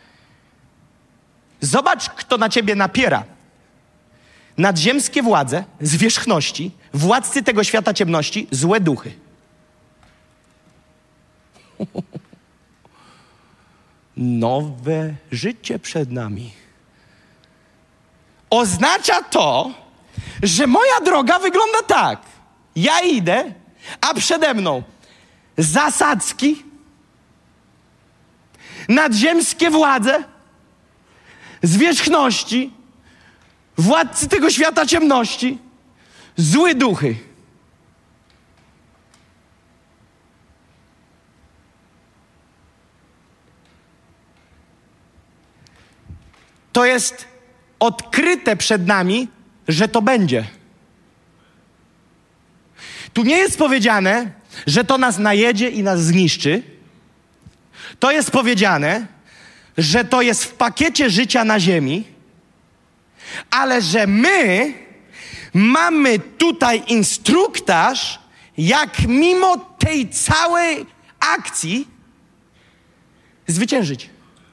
Zobacz, kto na ciebie napiera. Nadziemskie władze, zwierzchności, władcy tego świata ciemności, złe duchy. Nowe życie przed nami. Oznacza to, że moja droga wygląda tak. Ja idę, a przede mną zasadzki, nadziemskie władze, zwierzchności, władcy tego świata ciemności, złe duchy. To jest odkryte przed nami, że to będzie. Tu nie jest powiedziane, że to nas najedzie i nas zniszczy. To jest powiedziane, że to jest w pakiecie życia na ziemi, ale że my mamy tutaj instruktaż, jak mimo tej całej akcji zwyciężyć.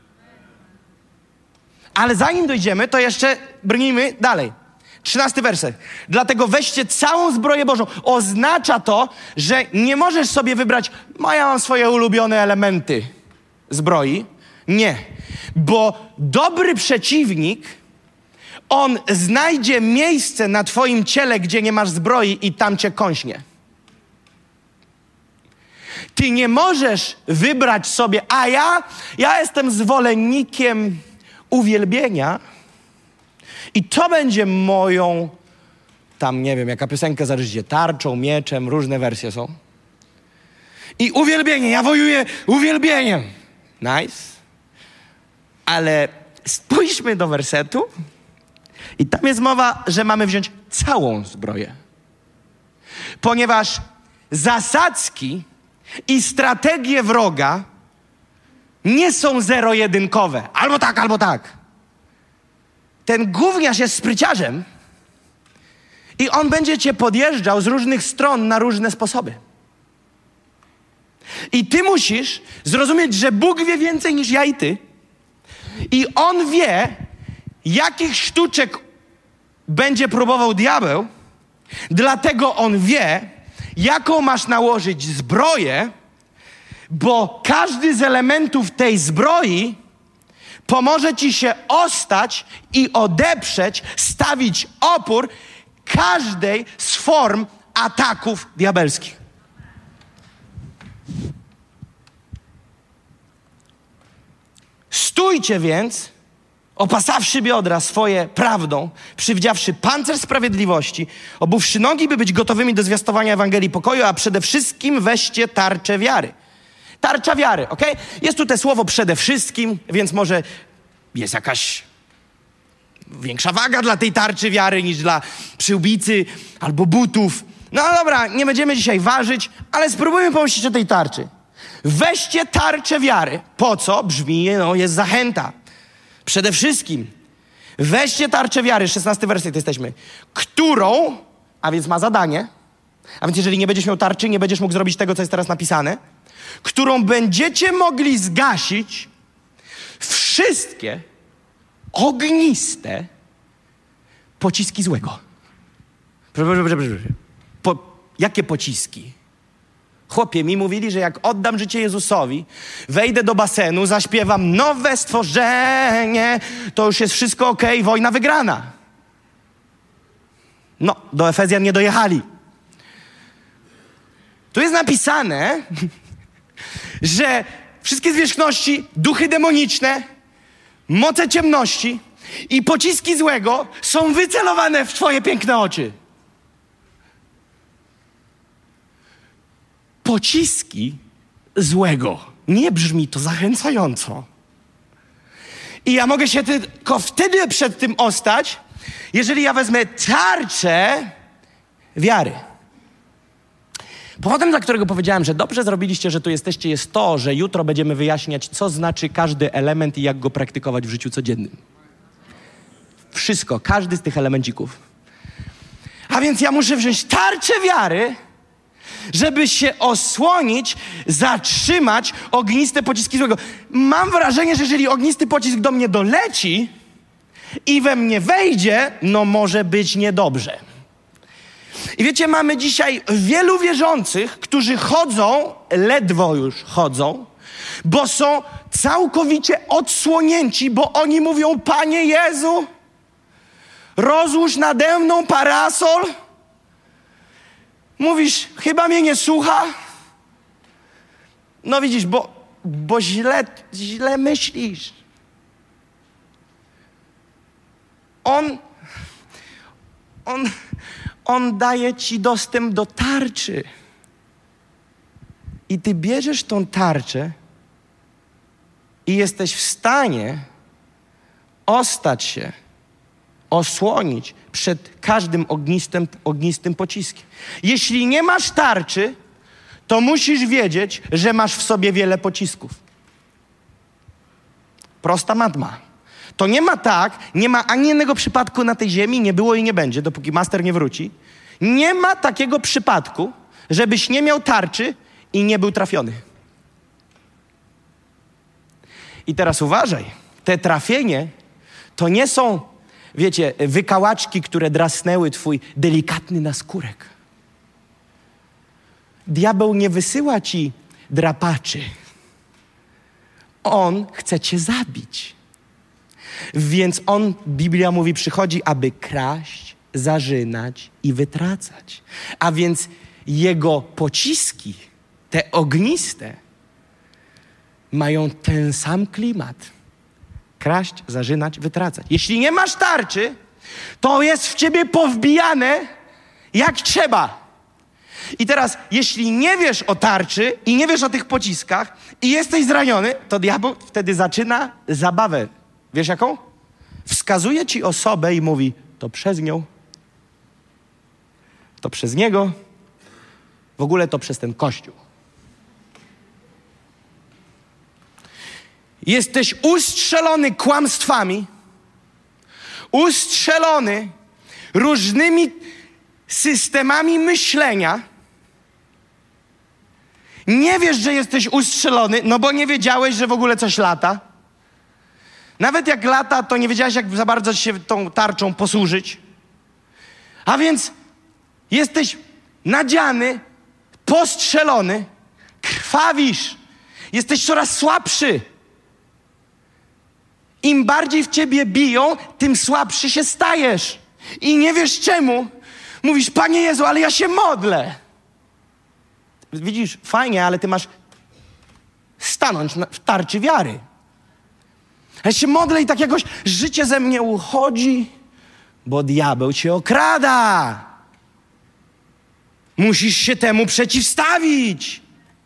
Ale zanim dojdziemy, to jeszcze brnijmy dalej. 13 werset. Dlatego weźcie całą zbroję Bożą. Oznacza to, że nie możesz sobie wybrać, ja mam swoje ulubione elementy zbroi. Nie. Bo dobry przeciwnik, on znajdzie miejsce na twoim ciele, gdzie nie masz zbroi i tam cię kąśnie. Ty nie możesz wybrać sobie, ja jestem zwolennikiem uwielbienia i to będzie moją, tam nie wiem, jaka piosenka zaryzie, tarczą, mieczem, różne wersje są. I uwielbienie, ja wojuję uwielbieniem. Nice. Ale spójrzmy do wersetu i tam jest mowa, że mamy wziąć całą zbroję. Ponieważ zasadzki i strategie wroga nie są zero-jedynkowe. Albo tak, albo tak. Ten gówniarz jest spryciarzem i on będzie cię podjeżdżał z różnych stron na różne sposoby. I ty musisz zrozumieć, że Bóg wie więcej niż ja i ty. I On wie, jakich sztuczek będzie próbował diabeł, dlatego On wie, jaką masz nałożyć zbroję, bo każdy z elementów tej zbroi pomoże ci się ostać i odeprzeć, stawić opór każdej z form ataków diabelskich. Stójcie więc, opasawszy biodra swoje prawdą, przywdziawszy pancerz sprawiedliwości, obuwszy nogi, by być gotowymi do zwiastowania Ewangelii pokoju, a przede wszystkim weźcie tarczę wiary. Tarcza wiary, okej? Jest tu te słowo przede wszystkim, więc może jest jakaś większa waga dla tej tarczy wiary niż dla przyłbicy albo butów. No dobra, nie będziemy dzisiaj ważyć, ale spróbujmy pomyśleć o tej tarczy. Weźcie tarczę wiary. Po co? Brzmi, jest zachęta. Przede wszystkim weźcie tarczę wiary, 16 werset jesteśmy, którą, a więc ma zadanie, a więc jeżeli nie będziesz miał tarczy, nie będziesz mógł zrobić tego, co jest teraz napisane, którą będziecie mogli zgasić wszystkie ogniste pociski złego. Jakie pociski? Chłopie, mi mówili, że jak oddam życie Jezusowi, wejdę do basenu, zaśpiewam nowe stworzenie, to już jest wszystko okej, wojna wygrana. No, do Efezjan nie dojechali. Tu jest napisane, że wszystkie zwierzchności, duchy demoniczne, moce ciemności i pociski złego są wycelowane w twoje piękne oczy. Pociski złego. Nie brzmi to zachęcająco. I ja mogę się tylko wtedy przed tym ostać, jeżeli ja wezmę tarczę wiary. Powodem, dla którego powiedziałem, że dobrze zrobiliście, że tu jesteście, jest to, że jutro będziemy wyjaśniać, co znaczy każdy element i jak go praktykować w życiu codziennym. Wszystko, każdy z tych elemencików. A więc ja muszę wziąć tarczę wiary, żeby się osłonić, zatrzymać ogniste pociski złego. Mam wrażenie, że jeżeli ognisty pocisk do mnie doleci i we mnie wejdzie, no może być niedobrze. I wiecie, mamy dzisiaj wielu wierzących, którzy chodzą, ledwo już chodzą, bo są całkowicie odsłonięci, bo oni mówią: Panie Jezu, rozłóż nade mną parasol. Mówisz: chyba mnie nie słucha. No widzisz, bo źle myślisz. On daje ci dostęp do tarczy. I ty bierzesz tą tarczę i jesteś w stanie ostać się, osłonić przed każdym ognistym pociskiem. Jeśli nie masz tarczy, to musisz wiedzieć, że masz w sobie wiele pocisków. Prosta matma. To nie ma ani jednego przypadku na tej ziemi, nie było i nie będzie, dopóki master nie wróci. Nie ma takiego przypadku, żebyś nie miał tarczy i nie był trafiony. I teraz uważaj, te trafienie to nie są, wiecie, wykałaczki, które drasnęły twój delikatny naskórek. Diabeł nie wysyła ci drapaczy. On chce cię zabić. Więc on, Biblia mówi, przychodzi, aby kraść, zarzynać i wytracać. A więc jego pociski, te ogniste, mają ten sam klimat. Kraść, zarzynać, wytracać. Jeśli nie masz tarczy, to jest w ciebie powbijane jak trzeba. I teraz, jeśli nie wiesz o tarczy i nie wiesz o tych pociskach i jesteś zraniony, to diabeł wtedy zaczyna zabawę. Wiesz jaką? Wskazuje ci osobę i mówi, to przez nią, to przez niego, w ogóle to przez ten kościół. Jesteś ustrzelony kłamstwami, ustrzelony różnymi systemami myślenia. Nie wiesz, że jesteś ustrzelony, no bo nie wiedziałeś, że w ogóle coś lata. Nawet jak lata, to nie wiedziałeś, jak za bardzo się tą tarczą posłużyć. A więc jesteś nadziany, postrzelony, krwawisz, jesteś coraz słabszy. Im bardziej w ciebie biją, tym słabszy się stajesz. I nie wiesz czemu. Mówisz, Panie Jezu, ale ja się modlę. Widzisz, fajnie, ale ty masz stanąć w tarczy wiary. Ja się modlę i tak jakoś życie ze mnie uchodzi, bo diabeł cię okrada. Musisz się temu przeciwstawić.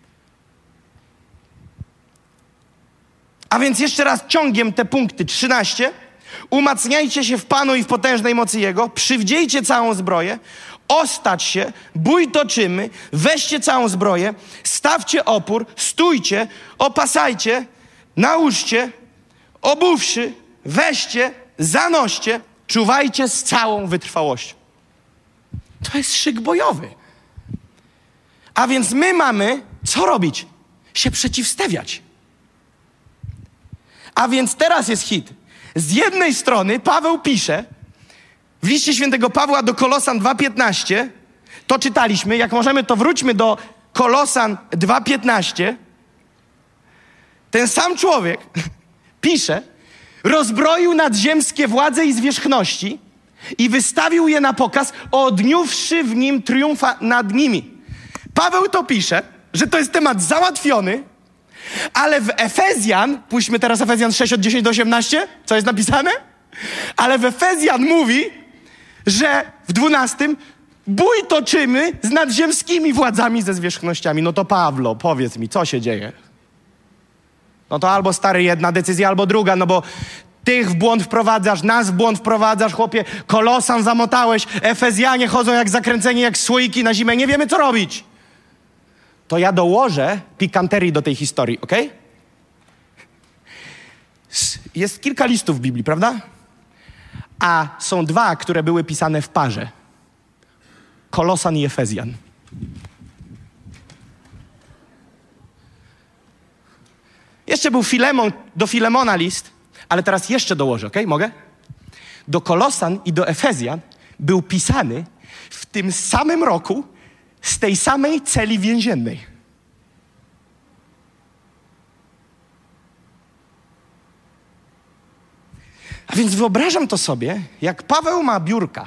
A więc jeszcze raz ciągiem te punkty 13. Umacniajcie się w Panu i w potężnej mocy Jego. Przywdziejcie całą zbroję. Ostać się, bój toczymy. Weźcie całą zbroję. Stawcie opór. Stójcie. Opasajcie. Nałóżcie. Obuwszy. Weźcie. Zanoście. Czuwajcie z całą wytrwałością. To jest szyk bojowy. A więc my mamy co robić? Się przeciwstawiać. A więc teraz jest hit. Z jednej strony Paweł pisze w liście świętego Pawła do Kolosan 2,15, to czytaliśmy, jak możemy, to wróćmy do Kolosan 2,15. Ten sam człowiek pisze, rozbroił nadziemskie władze i zwierzchności i wystawił je na pokaz, odniósłszy w nim triumfa nad nimi. Paweł to pisze, że to jest temat załatwiony, ale w Efezjan, pójdźmy teraz Efezjan 6 od 10 do 18, co jest napisane? Ale w Efezjan mówi, że w 12 bój toczymy z nadziemskimi władzami ze zwierzchnościami. No to Pawlo, powiedz mi, co się dzieje? No to albo stary, jedna decyzja, albo druga, no bo tych w błąd wprowadzasz, nas w błąd wprowadzasz, chłopie, Kolosan zamotałeś, Efezjanie chodzą jak zakręceni, jak słoiki na zimę, nie wiemy co robić. To ja dołożę pikanterii do tej historii, ok? Jest kilka listów w Biblii, prawda? A są dwa, które były pisane w parze. Kolosan i Efezjan. Jeszcze był Filemon, do Filemona list, ale teraz jeszcze dołożę, ok? Mogę? Do Kolosan i do Efezjan był pisany w tym samym roku z tej samej celi więziennej. A więc wyobrażam to sobie, jak Paweł ma biurka.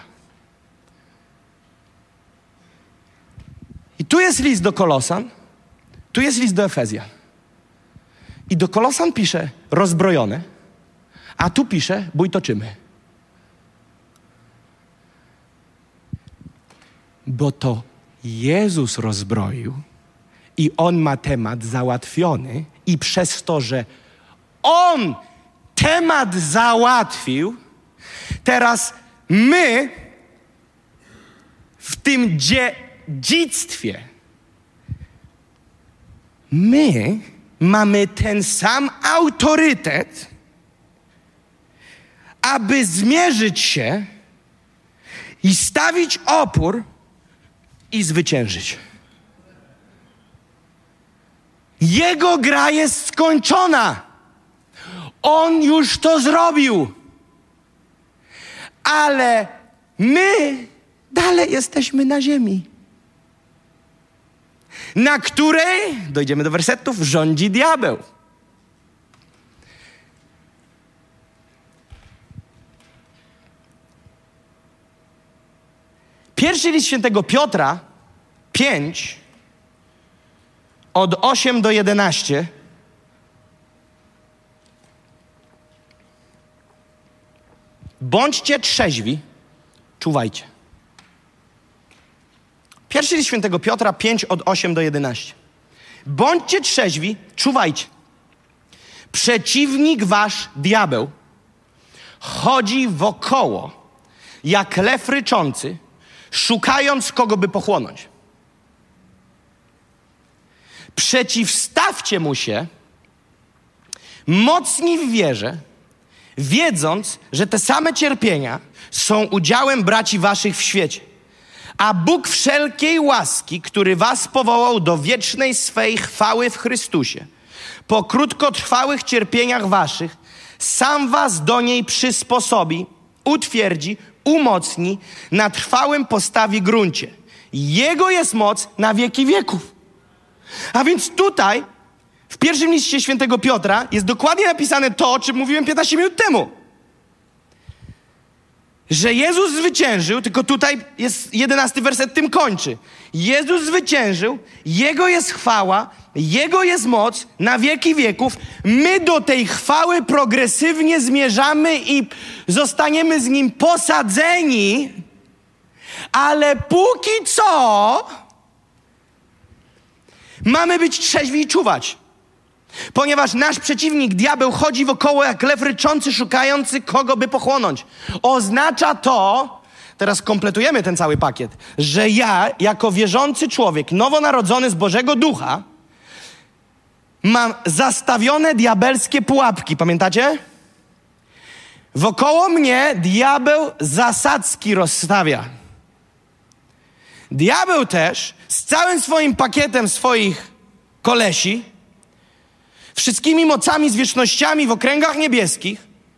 I tu jest list do Kolosan, tu jest list do Efezjan. I do Kolosan pisze rozbrojone, a tu pisze bój toczymy. Bo to Jezus rozbroił i On ma temat załatwiony i przez to, że On temat załatwił, teraz my w tym dziedzictwie my mamy ten sam autorytet, aby zmierzyć się i stawić opór i zwyciężyć. Jego gra jest skończona. On już to zrobił. Ale my dalej jesteśmy na ziemi, na której, dojdziemy do wersetów, rządzi diabeł. Pierwszy list świętego Piotra 5 od 8 do 11 bądźcie trzeźwi, czuwajcie. Pierwszy list świętego Piotra 5 od 8 do 11. Bądźcie trzeźwi, czuwajcie. Przeciwnik wasz, diabeł, chodzi wokoło, jak lew ryczący, szukając kogo by pochłonąć. Przeciwstawcie mu się, mocni w wierze, wiedząc, że te same cierpienia są udziałem braci waszych w świecie. A Bóg wszelkiej łaski, który was powołał do wiecznej swej chwały w Chrystusie, po krótkotrwałych cierpieniach waszych, sam was do niej przysposobi, utwierdzi, umocni, na trwałym postawi gruncie. Jego jest moc na wieki wieków. A więc tutaj, w pierwszym liście świętego Piotra, jest dokładnie napisane to, o czym mówiłem 15 minut temu. Że Jezus zwyciężył, tylko tutaj jest 11 werset, tym kończy. Jezus zwyciężył, Jego jest chwała, Jego jest moc na wieki wieków. My do tej chwały progresywnie zmierzamy i zostaniemy z Nim posadzeni, ale póki co mamy być trzeźwi i czuwać. Ponieważ nasz przeciwnik, diabeł, chodzi wokoło jak lew ryczący, szukający kogo by pochłonąć. Oznacza to, teraz kompletujemy ten cały pakiet, że ja, jako wierzący człowiek, nowonarodzony z Bożego Ducha, mam zastawione diabelskie pułapki. Pamiętacie? Wokoło mnie diabeł zasadzki rozstawia. Diabeł też z całym swoim pakietem swoich kolesi, wszystkimi mocami, zwierzchnościami w okręgach niebieskich,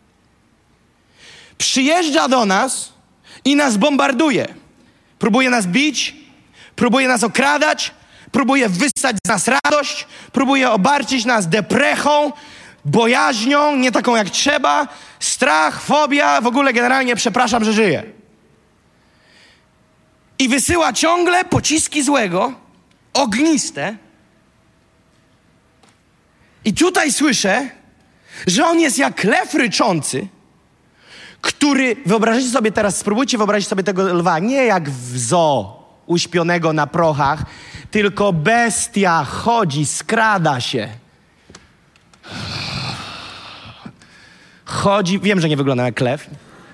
przyjeżdża do nas i nas bombarduje. Próbuje nas bić, próbuje nas okradać, próbuje wyssać z nas radość, próbuje obarczyć nas deprechą, bojaźnią, nie taką jak trzeba, strach, fobia, w ogóle generalnie przepraszam, że żyję. I wysyła ciągle pociski złego, ogniste. I tutaj słyszę, że on jest jak lew ryczący, który, wyobraźcie sobie teraz, spróbujcie wyobrazić sobie tego lwa, nie jak w zoo uśpionego na prochach, tylko bestia chodzi, skrada się. Chodzi, wiem, że nie wygląda jak lew.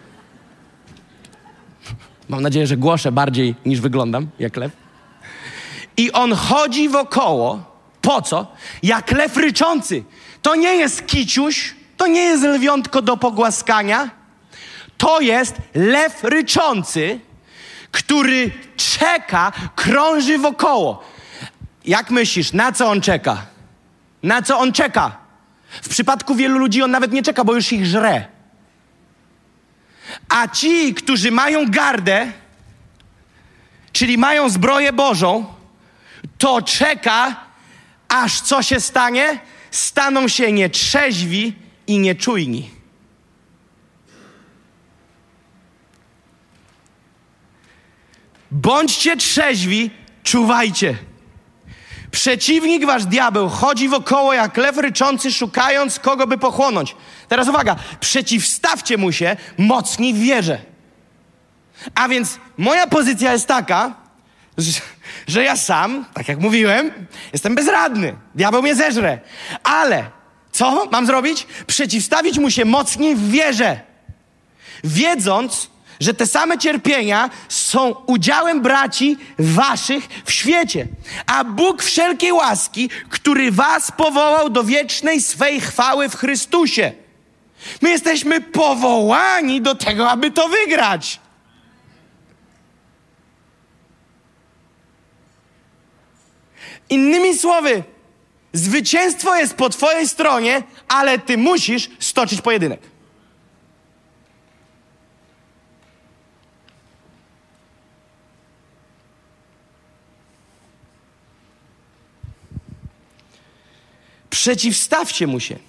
Mam nadzieję, że głoszę bardziej niż wyglądam jak lew. I on chodzi wokoło. Po co? Jak lew ryczący. To nie jest kiciuś, to nie jest lwiątko do pogłaskania. To jest lew ryczący, który czeka, krąży wokoło. Jak myślisz, na co on czeka? Na co on czeka? W przypadku wielu ludzi on nawet nie czeka, bo już ich żre. A ci, którzy mają gardę, czyli mają zbroję Bożą, to czeka, aż co się stanie? Staną się nietrzeźwi i nieczujni. Bądźcie trzeźwi, czuwajcie. Przeciwnik wasz, diabeł, chodzi wokoło jak lew ryczący, szukając kogo by pochłonąć. Teraz uwaga, przeciwstawcie mu się, mocni w wierze. A więc moja pozycja jest taka, że ja sam, tak jak mówiłem, jestem bezradny. Diabeł mnie zeżre. Ale co mam zrobić? Przeciwstawić mu się mocniej w wierze. Wiedząc, że te same cierpienia są udziałem braci waszych w świecie. A Bóg wszelkiej łaski, który was powołał do wiecznej swej chwały w Chrystusie. My jesteśmy powołani do tego, aby to wygrać. Innymi słowy, zwycięstwo jest po twojej stronie, ale ty musisz stoczyć pojedynek. Przeciwstawcie mu się.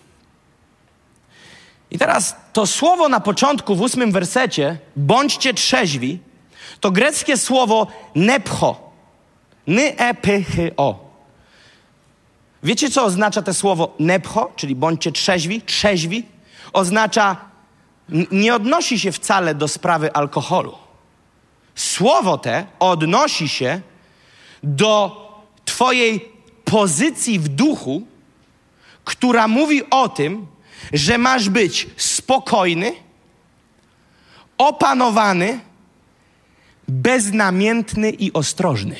I teraz to słowo na początku, w 8 wersecie, bądźcie trzeźwi, to greckie słowo nepcho. N-e-p-h-o. Wiecie, co oznacza to słowo nepcho, czyli bądźcie trzeźwi? Trzeźwi oznacza, nie odnosi się wcale do sprawy alkoholu. Słowo te odnosi się do twojej pozycji w duchu, która mówi o tym, że masz być spokojny, opanowany, beznamiętny i ostrożny.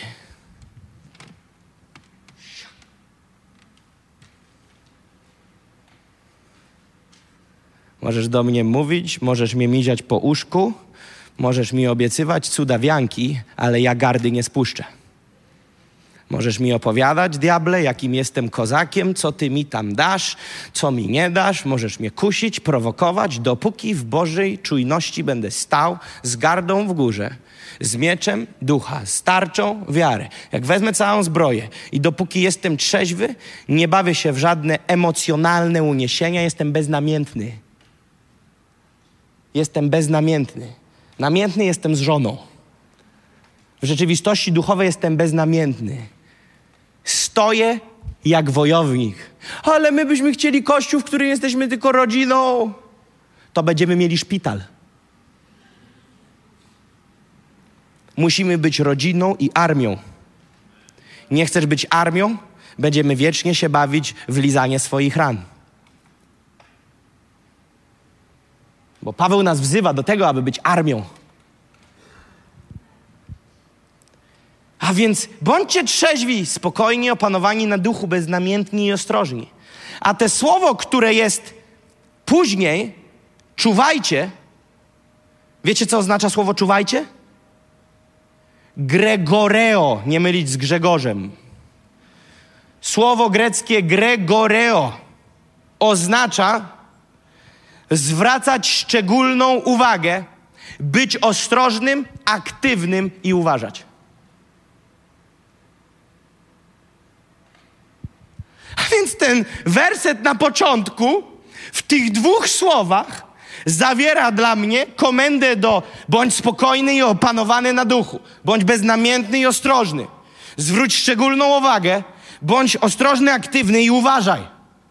Możesz do mnie mówić, możesz mnie miziać po uszku, możesz mi obiecywać cudawianki, ale ja gardy nie spuszczę. Możesz mi opowiadać, diable, jakim jestem kozakiem, co ty mi tam dasz, co mi nie dasz. Możesz mnie kusić, prowokować, dopóki w Bożej czujności będę stał z gardą w górze, z mieczem ducha, z tarczą wiary. Jak wezmę całą zbroję i dopóki jestem trzeźwy, nie bawię się w żadne emocjonalne uniesienia, jestem beznamiętny. Jestem beznamiętny. Namiętny jestem z żoną. W rzeczywistości duchowej jestem beznamiętny. Stoję jak wojownik. Ale my byśmy chcieli kościół, w którym jesteśmy tylko rodziną. To będziemy mieli szpital. Musimy być rodziną i armią. Nie chcesz być armią? Będziemy wiecznie się bawić w lizanie swoich ran. Bo Paweł nas wzywa do tego, aby być armią. A więc bądźcie trzeźwi, spokojni, opanowani na duchu, beznamiętni i ostrożni. A te słowo, które jest później, czuwajcie, wiecie, co oznacza słowo czuwajcie? Gregoreo, nie mylić z Grzegorzem. Słowo greckie gregoreo oznacza zwracać szczególną uwagę, być ostrożnym, aktywnym i uważać. A więc ten werset na początku w tych dwóch słowach zawiera dla mnie komendę do bądź spokojny i opanowany na duchu, bądź beznamiętny i ostrożny. Zwróć szczególną uwagę, bądź ostrożny, aktywny i uważaj.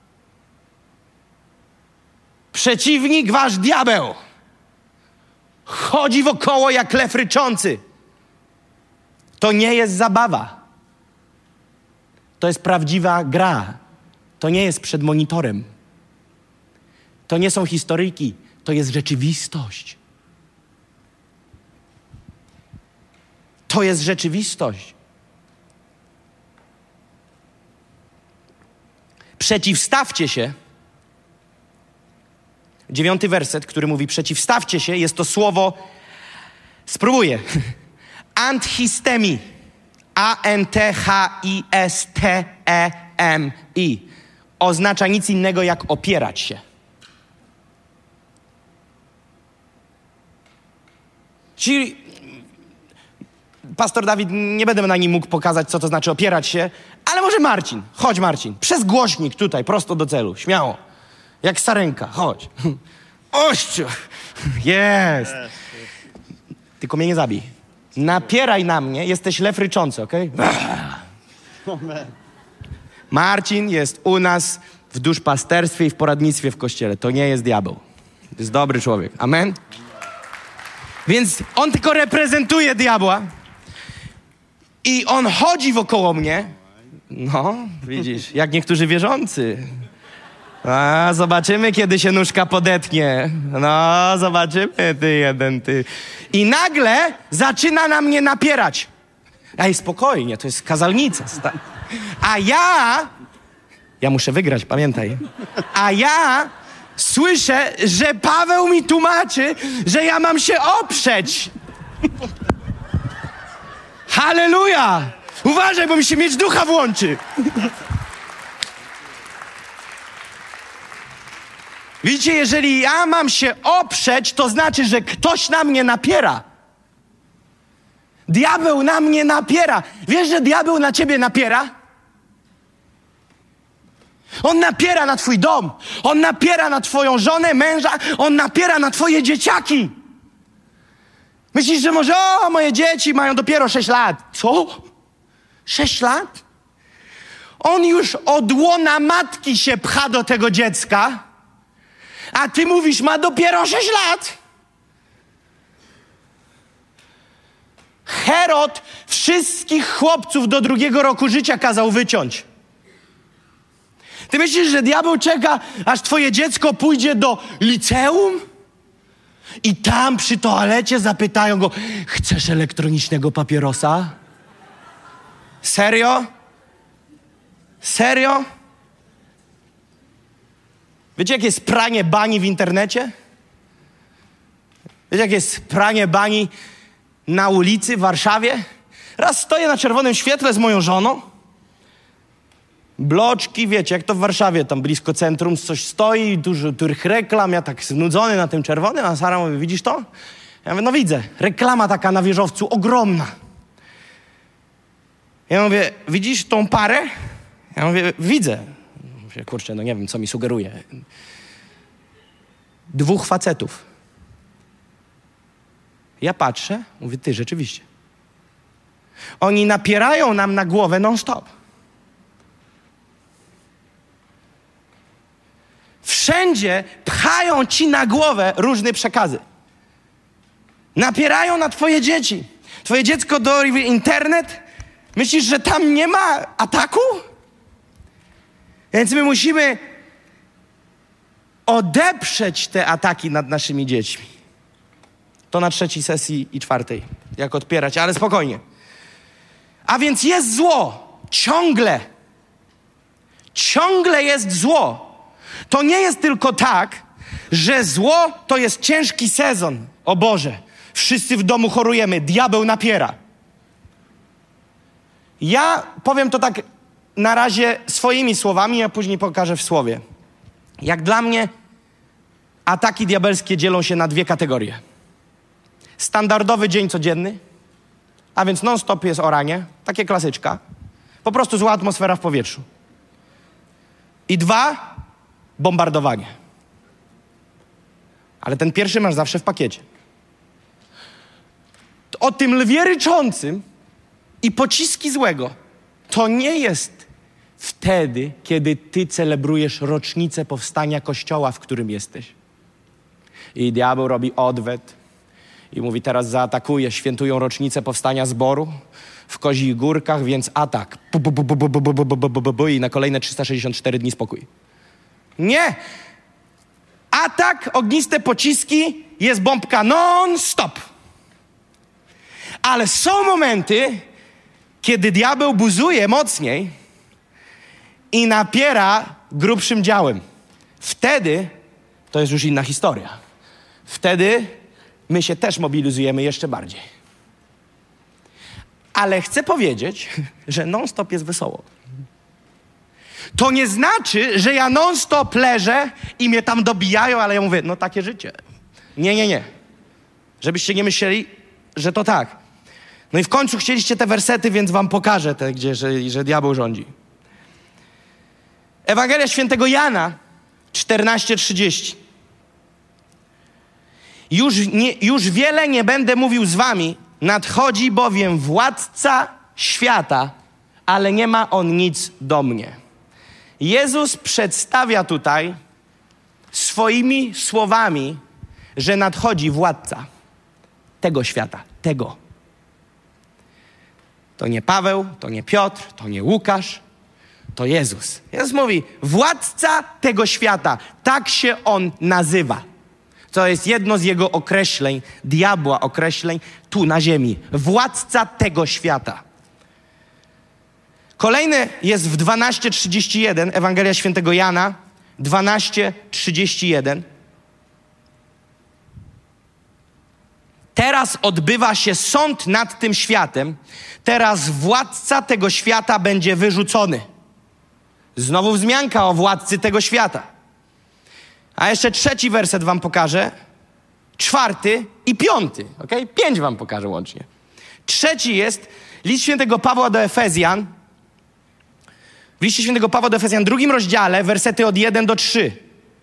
Przeciwnik wasz diabeł chodzi wokoło jak lew ryczący. To nie jest zabawa. To jest prawdziwa gra. To nie jest przed monitorem. To nie są historyjki. To jest rzeczywistość. To jest rzeczywistość. Przeciwstawcie się. 9 werset, który mówi przeciwstawcie się, jest to słowo, spróbuję, anthistemi. A-N-T-H-I-S-T-E-M-I. Oznacza nic innego jak opierać się. Czyli pastor Dawid, nie będę na nim mógł pokazać, co to znaczy opierać się, ale może Marcin. Chodź, Marcin. Przez głośnik tutaj, prosto do celu. Śmiało. Jak sarenka. Chodź. Ościu. Jest. Tylko mnie nie zabij. Napieraj na mnie. Jesteś lew ryczący, okej? Okay? Marcin jest u nas w duszpasterstwie i w poradnictwie w kościele. To nie jest diabeł. To jest dobry człowiek. Amen? Więc on tylko reprezentuje diabła i on chodzi wokoło mnie. No, widzisz, jak niektórzy wierzący. A, zobaczymy, kiedy się nóżka podetnie. No, zobaczymy, ty jeden, ty. I nagle zaczyna na mnie napierać. Ej, spokojnie, to jest kazalnica. A ja muszę wygrać, pamiętaj. A ja słyszę, że Paweł mi tłumaczy, że ja mam się oprzeć. Halleluja! Uważaj, bo mi się miecz ducha włączy. Widzicie, jeżeli ja mam się oprzeć, to znaczy, że ktoś na mnie napiera. Diabeł na mnie napiera. Wiesz, że diabeł na ciebie napiera? On napiera na twój dom. On napiera na twoją żonę, męża. On napiera na twoje dzieciaki. Myślisz, że może, moje dzieci mają dopiero 6 lat. Co? 6 lat? On już od łona matki się pcha do tego dziecka, a ty mówisz, ma dopiero 6 lat. Herod wszystkich chłopców do 2 roku życia kazał wyciąć. Ty myślisz, że diabeł czeka, aż twoje dziecko pójdzie do liceum? I tam przy toalecie zapytają go, chcesz elektronicznego papierosa? Serio? Serio? Wiecie, jakie jest pranie bani w internecie? Wiecie, jakie jest pranie bani na ulicy w Warszawie? Raz stoję na czerwonym świetle z moją żoną. Bloczki, wiecie, jak to w Warszawie, tam blisko centrum coś stoi, dużo tych reklam, ja tak znudzony na tym czerwonym, a Sara mówi, widzisz to? Ja mówię, no widzę, reklama taka na wieżowcu, ogromna. Ja mówię, widzisz tą parę? Ja mówię, widzę. Mówię, kurczę, no nie wiem, co mi sugeruje. 2 facetów. Ja patrzę, mówię, ty, rzeczywiście. Oni napierają nam na głowę non-stop. Wszędzie pchają ci na głowę różne przekazy. Napierają na twoje dzieci. Twoje dziecko do internet. Myślisz, że tam nie ma ataku? Więc my musimy odeprzeć te ataki nad naszymi dziećmi. To na 3. sesji i 4. Jak odpierać, ale spokojnie. A więc jest zło. Ciągle. Ciągle jest zło. To nie jest tylko tak, że zło to jest ciężki sezon. O Boże, wszyscy w domu chorujemy, diabeł napiera. Ja powiem to tak na razie swoimi słowami, a później pokażę w słowie. Jak dla mnie ataki diabelskie dzielą się na 2 kategorie. Standardowy dzień codzienny, a więc non-stop jest oranie, takie klasyczka. Po prostu zła atmosfera w powietrzu. I 2, bombardowanie. Ale ten pierwszy masz zawsze w pakiecie. O tym lwie ryczącym i pociski złego to nie jest wtedy, kiedy ty celebrujesz rocznicę powstania kościoła, w którym jesteś. I diabeł robi odwet i mówi, teraz zaatakuje, świętują rocznicę powstania zboru w Kozich Górkach, więc atak. I na kolejne 364 dni spokój. Nie! Atak, ogniste pociski, jest bombka non-stop. Ale są momenty, kiedy diabeł buzuje mocniej i napiera grubszym działem. Wtedy to jest już inna historia. Wtedy my się też mobilizujemy jeszcze bardziej. Ale chcę powiedzieć, że non-stop jest wesoło. To nie znaczy, że ja non-stop leżę i mnie tam dobijają, ale ja mówię, no takie życie. Nie. Żebyście nie myśleli, że to tak. No i w końcu chcieliście te wersety, więc wam pokażę te, gdzie, że diabeł rządzi. Ewangelia Świętego Jana 14:30. Już wiele nie będę mówił z wami, nadchodzi bowiem władca świata, ale nie ma on nic do mnie. Jezus przedstawia tutaj swoimi słowami, że nadchodzi władca tego świata, tego. To nie Paweł, to nie Piotr, to nie Łukasz, to Jezus. Jezus mówi, władca tego świata, tak się on nazywa. To jest jedno z jego określeń, diabła określeń tu na ziemi. Władca tego świata. Kolejny jest w 12:31, Ewangelia Świętego Jana, 12:31. Teraz odbywa się sąd nad tym światem. Teraz władca tego świata będzie wyrzucony. Znowu wzmianka o władcy tego świata. A jeszcze 3 werset wam pokażę. 4 i 5. Okay? 5 wam pokażę łącznie. 3 jest list świętego Pawła do Efezjan. W liście świętego Pawła do Efezjan, 2 rozdziale, wersety od 1 do 3.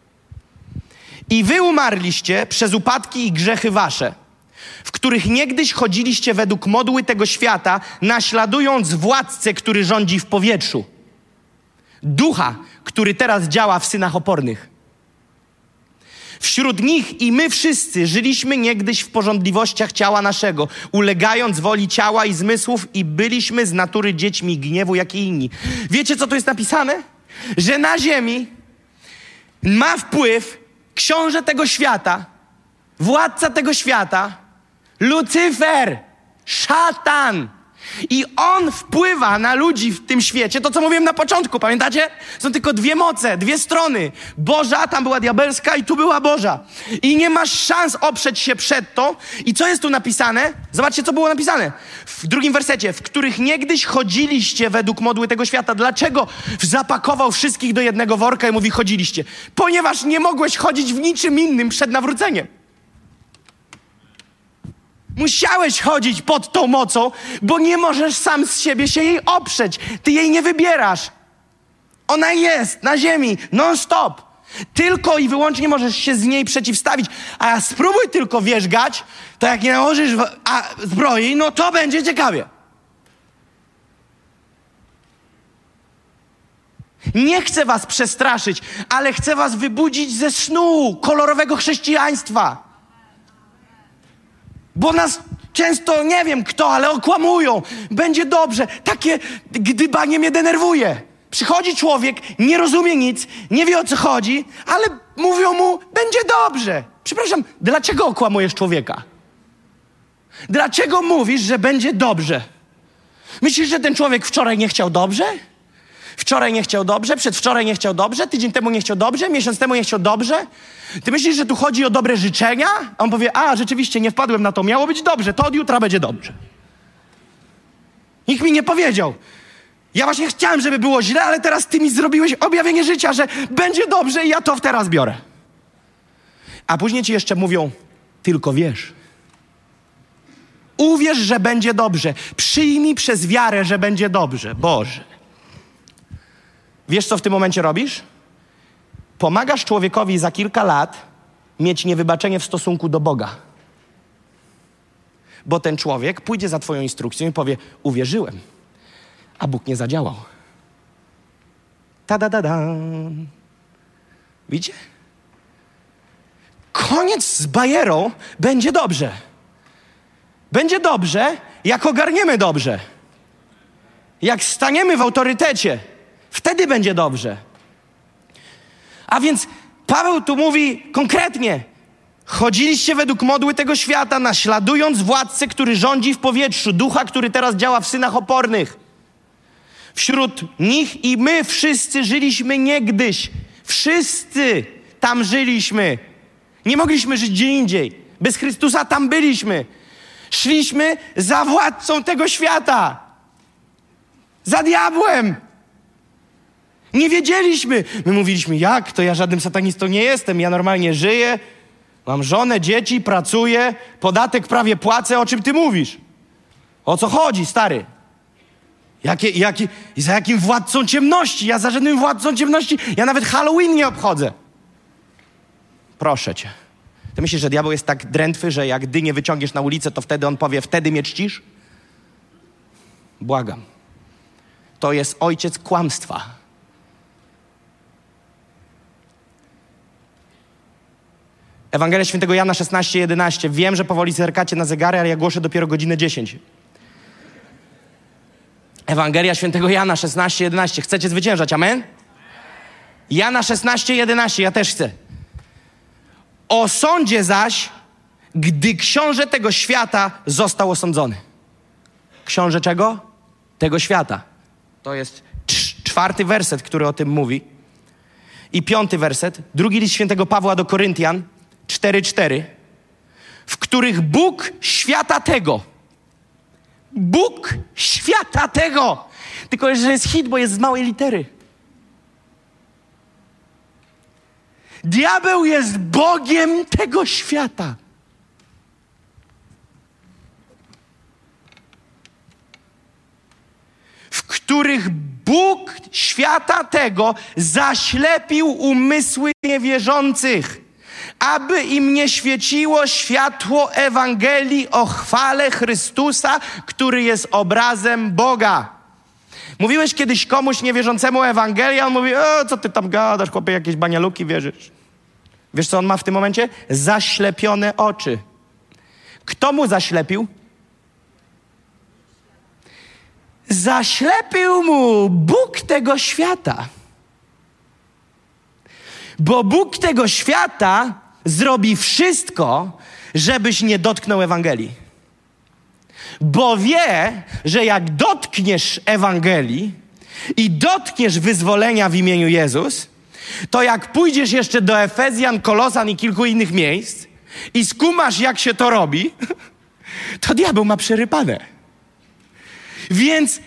I wy umarliście przez upadki i grzechy wasze, w których niegdyś chodziliście według modły tego świata, naśladując władcę, który rządzi w powietrzu. Ducha, który teraz działa w synach opornych. W Wśród nich i my wszyscy żyliśmy niegdyś w pożądliwościach ciała naszego, ulegając woli ciała i zmysłów i byliśmy z natury dziećmi gniewu, jak i inni. Wiecie, co tu jest napisane? Że na ziemi ma wpływ książę tego świata, władca tego świata, Lucyfer, szatan. I on wpływa na ludzi w tym świecie. To, co mówiłem na początku, pamiętacie? Są tylko dwie moce, dwie strony. Boża, tam była diabelska i tu była Boża. I nie masz szans oprzeć się przed to. I co jest tu napisane? Zobaczcie, co było napisane. W drugim wersecie. W których niegdyś chodziliście według modły tego świata. Dlaczego zapakował wszystkich do jednego worka i mówi chodziliście? Ponieważ nie mogłeś chodzić w niczym innym przed nawróceniem. Musiałeś chodzić pod tą mocą, bo nie możesz sam z siebie się jej oprzeć. Ty jej nie wybierasz. Ona jest na ziemi, non-stop. Tylko i wyłącznie możesz się z niej przeciwstawić. A spróbuj tylko wierzgać, to jak nie nałożysz zbroi, no to będzie ciekawie. Nie chcę was przestraszyć, ale chcę was wybudzić ze snu kolorowego chrześcijaństwa. Bo nas często, nie wiem kto, ale okłamują. Będzie dobrze. Takie gdybanie mnie denerwuje. Przychodzi człowiek, nie rozumie nic, nie wie o co chodzi, ale mówią mu, będzie dobrze. Przepraszam, dlaczego okłamujesz człowieka? Dlaczego mówisz, że będzie dobrze? Myślisz, że ten człowiek wczoraj nie chciał dobrze? Wczoraj nie chciał dobrze, przedwczoraj nie chciał dobrze, tydzień temu nie chciał dobrze, miesiąc temu nie chciał dobrze? Ty myślisz, że tu chodzi o dobre życzenia? A on powie, rzeczywiście nie wpadłem na to, miało być dobrze, to od jutra będzie dobrze. Nikt mi nie powiedział. Ja właśnie chciałem, żeby było źle, ale teraz ty mi zrobiłeś objawienie życia, że będzie dobrze i ja to teraz biorę. A później ci jeszcze mówią, tylko wierz. Uwierz, że będzie dobrze. Przyjmij przez wiarę, że będzie dobrze. Boże. Wiesz, co w tym momencie robisz? Pomagasz człowiekowi za kilka lat mieć niewybaczenie w stosunku do Boga. Bo ten człowiek pójdzie za twoją instrukcją i powie, uwierzyłem, a Bóg nie zadziałał. Ta-da-da-da. Widzicie? Koniec z bajerą, będzie dobrze. Będzie dobrze, jak ogarniemy dobrze. Jak staniemy w autorytecie, wtedy będzie dobrze. A więc Paweł tu mówi konkretnie, chodziliście według modły tego świata, naśladując władcę, który rządzi w powietrzu, ducha, który teraz działa w synach opornych. Wśród nich i my wszyscy żyliśmy niegdyś. Wszyscy tam żyliśmy. Nie mogliśmy żyć gdzie indziej. Bez Chrystusa tam byliśmy. Szliśmy za władcą tego świata. Za diabłem. Nie wiedzieliśmy. My mówiliśmy, jak to? Ja żadnym satanistą nie jestem. Ja normalnie żyję, mam żonę, dzieci, pracuję, podatek prawie płacę. O czym ty mówisz? O co chodzi, stary? Za jakim władcą ciemności? Ja za żadnym władcą ciemności, ja nawet Halloween nie obchodzę. Proszę cię. Ty myślisz, że diabeł jest tak drętwy, że jak dynię wyciągniesz na ulicę, to wtedy on powie, wtedy mnie czcisz? Błagam. To jest ojciec kłamstwa. Ewangelia Świętego Jana 16:11. Wiem, że powoli zerkacie na zegary, ale ja głoszę dopiero godzinę 10. Ewangelia Świętego Jana 16:11. Chcecie zwyciężać, amen? Jana 16:11. Ja też chcę. O sądzie zaś, gdy książę tego świata został osądzony. Książę czego? Tego świata. To jest 4. werset, który o tym mówi. I 5. werset. 2 list Świętego Pawła do Koryntian 4:4. W których Bóg świata tego. Bóg świata tego. Tylko, że jest hit, bo jest z małej litery. Diabeł jest Bogiem tego świata. W których Bóg świata tego zaślepił umysły niewierzących, aby im nie świeciło światło Ewangelii o chwale Chrystusa, który jest obrazem Boga. Mówiłeś kiedyś komuś niewierzącemu Ewangelię, on mówi, co ty tam gadasz, chłopie, jakieś banialuki wierzysz. Wiesz, co on ma w tym momencie? Zaślepione oczy. Kto mu zaślepił? Zaślepił mu Bóg tego świata. Bo Bóg tego świata zrobi wszystko, żebyś nie dotknął Ewangelii. Bo wie, że jak dotkniesz Ewangelii i dotkniesz wyzwolenia w imieniu Jezus, to jak pójdziesz jeszcze do Efezjan, Kolosan i kilku innych miejsc i skumasz, jak się to robi, to diabeł ma przerypane. Więc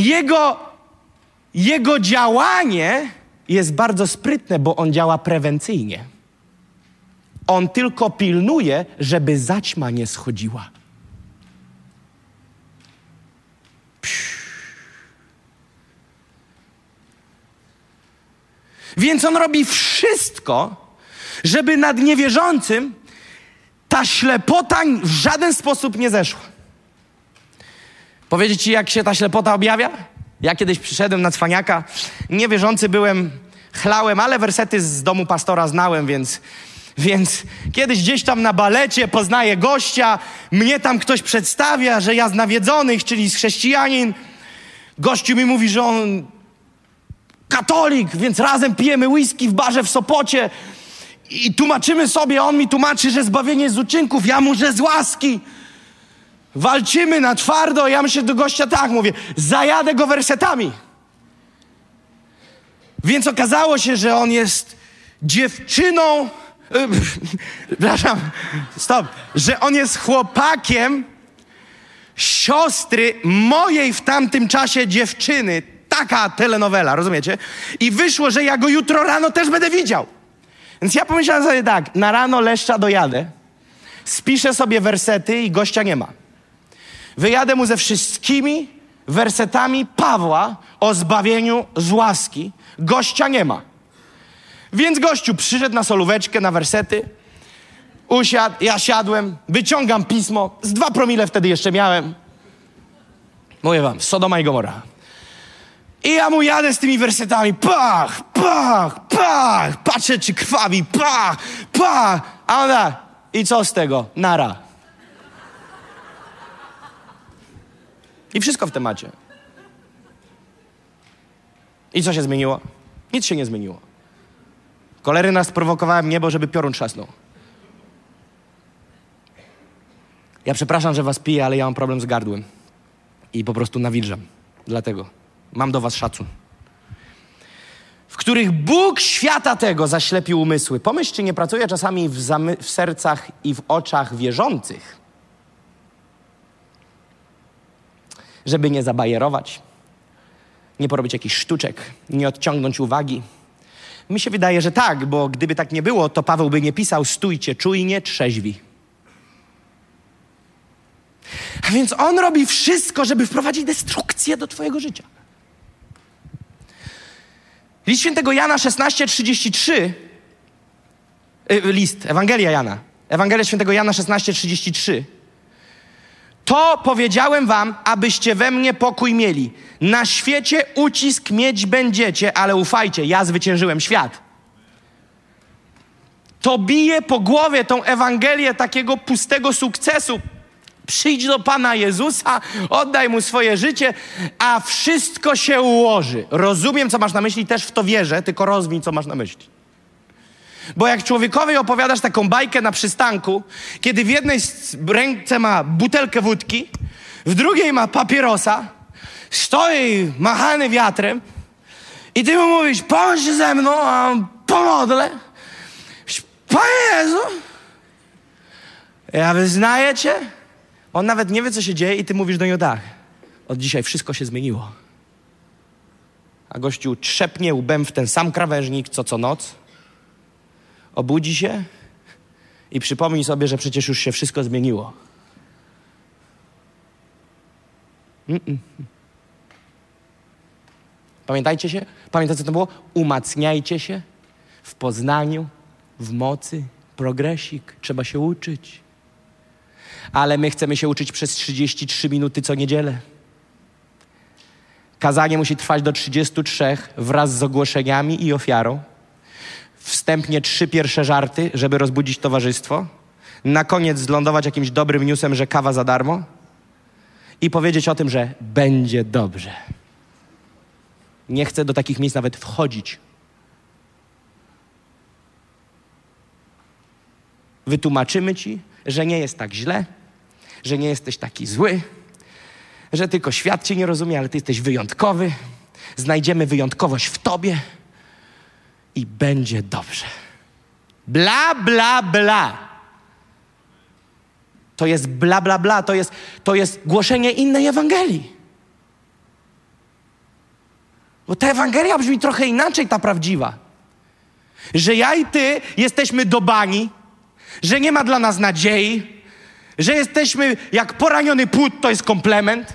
jego działanie jest bardzo sprytne, bo on działa prewencyjnie. On tylko pilnuje, żeby zaćma nie schodziła. Więc on robi wszystko, żeby nad niewierzącym ta ślepota w żaden sposób nie zeszła. Powiedzieć ci, jak się ta ślepota objawia? Ja kiedyś przyszedłem na cwaniaka, niewierzący byłem, chlałem, ale wersety z domu pastora znałem, więc kiedyś gdzieś tam na balecie poznaję gościa, mnie tam ktoś przedstawia, że ja z nawiedzonych, czyli z chrześcijanin. Gościu mi mówi, że on katolik, więc razem pijemy whisky w barze w Sopocie i tłumaczymy sobie, on mi tłumaczy, że zbawienie z uczynków, ja mu, że z łaski. Walczymy na twardo, ja myślę do gościa tak, mówię, zajadę go wersetami. Więc okazało się, że on jest dziewczyną, przepraszam, stop, że on jest chłopakiem siostry mojej w tamtym czasie dziewczyny. Taka telenowela, rozumiecie? I wyszło, że ja go jutro rano też będę widział. Więc ja pomyślałem sobie tak, na rano Leszcza dojadę, spiszę sobie wersety i gościa nie ma. Wyjadę mu ze wszystkimi wersetami Pawła o zbawieniu z łaski. Gościa nie ma. Więc gościu przyszedł na solóweczkę, na wersety, usiadł, ja siadłem, wyciągam pismo, z 2 promile wtedy jeszcze miałem. Mówię wam, Sodoma i Gomora. I ja mu jadę z tymi wersetami, pach, pach, pach, patrzę, czy krwawi, pach, pach, a ona, i co z tego? Nara. I wszystko w temacie. I co się zmieniło? Nic się nie zmieniło. Koleryna sprowokowała niebo, żeby piorun trzasnął. Ja przepraszam, że was piję, ale ja mam problem z gardłem. I po prostu nawilżam. Dlatego mam do was szacun. W których Bóg świata tego zaślepił umysły. Pomyśl, czy nie pracuje czasami w sercach i w oczach wierzących, żeby nie zabajerować, nie porobić jakichś sztuczek, nie odciągnąć uwagi. Mi się wydaje, że tak, bo gdyby tak nie było, to Paweł by nie pisał stójcie czujnie, trzeźwi. A więc on robi wszystko, żeby wprowadzić destrukcję do twojego życia. List świętego Jana 16:33, Ewangelia Jana, Ewangelia świętego Jana 16:33. To powiedziałem wam, abyście we mnie pokój mieli. Na świecie ucisk mieć będziecie, ale ufajcie, ja zwyciężyłem świat. To bije po głowie tą Ewangelię takiego pustego sukcesu. Przyjdź do Pana Jezusa, oddaj Mu swoje życie, a wszystko się ułoży. Rozumiem, co masz na myśli, też w to wierzę, tylko rozwij, co masz na myśli. Bo jak człowiekowi opowiadasz taką bajkę na przystanku, kiedy w jednej ręce ma butelkę wódki, w drugiej ma papierosa, stoi machany wiatrem i ty mu mówisz, pomóż się ze mną, a on pomodlę. Panie Jezu, ja wyznaję Cię. On nawet nie wie, co się dzieje i ty mówisz do niego tak. Od dzisiaj wszystko się zmieniło. A gościu trzepnie łbem w ten sam krawężnik, co noc. Obudzi się i przypomnij sobie, że przecież już się wszystko zmieniło. Pamiętajcie, co to było? Umacniajcie się w poznaniu, w mocy, progresik. Trzeba się uczyć. Ale my chcemy się uczyć przez 33 minuty co niedzielę. Kazanie musi trwać do 33 wraz z ogłoszeniami i ofiarą. wstępnie 3 pierwsze żarty, żeby rozbudzić towarzystwo, na koniec zlądować jakimś dobrym newsem, że kawa za darmo i powiedzieć o tym, że będzie dobrze. Nie chcę do takich miejsc nawet wchodzić. Wytłumaczymy ci, że nie jest tak źle, że nie jesteś taki zły, że tylko świat cię nie rozumie, ale ty jesteś wyjątkowy. Znajdziemy wyjątkowość w tobie i będzie dobrze. Bla, bla, bla. To jest bla, bla, bla. To jest głoszenie innej Ewangelii. Bo ta Ewangelia brzmi trochę inaczej, ta prawdziwa. Że ja i ty jesteśmy do bani, że nie ma dla nas nadziei, że jesteśmy jak poraniony płód, to jest komplement,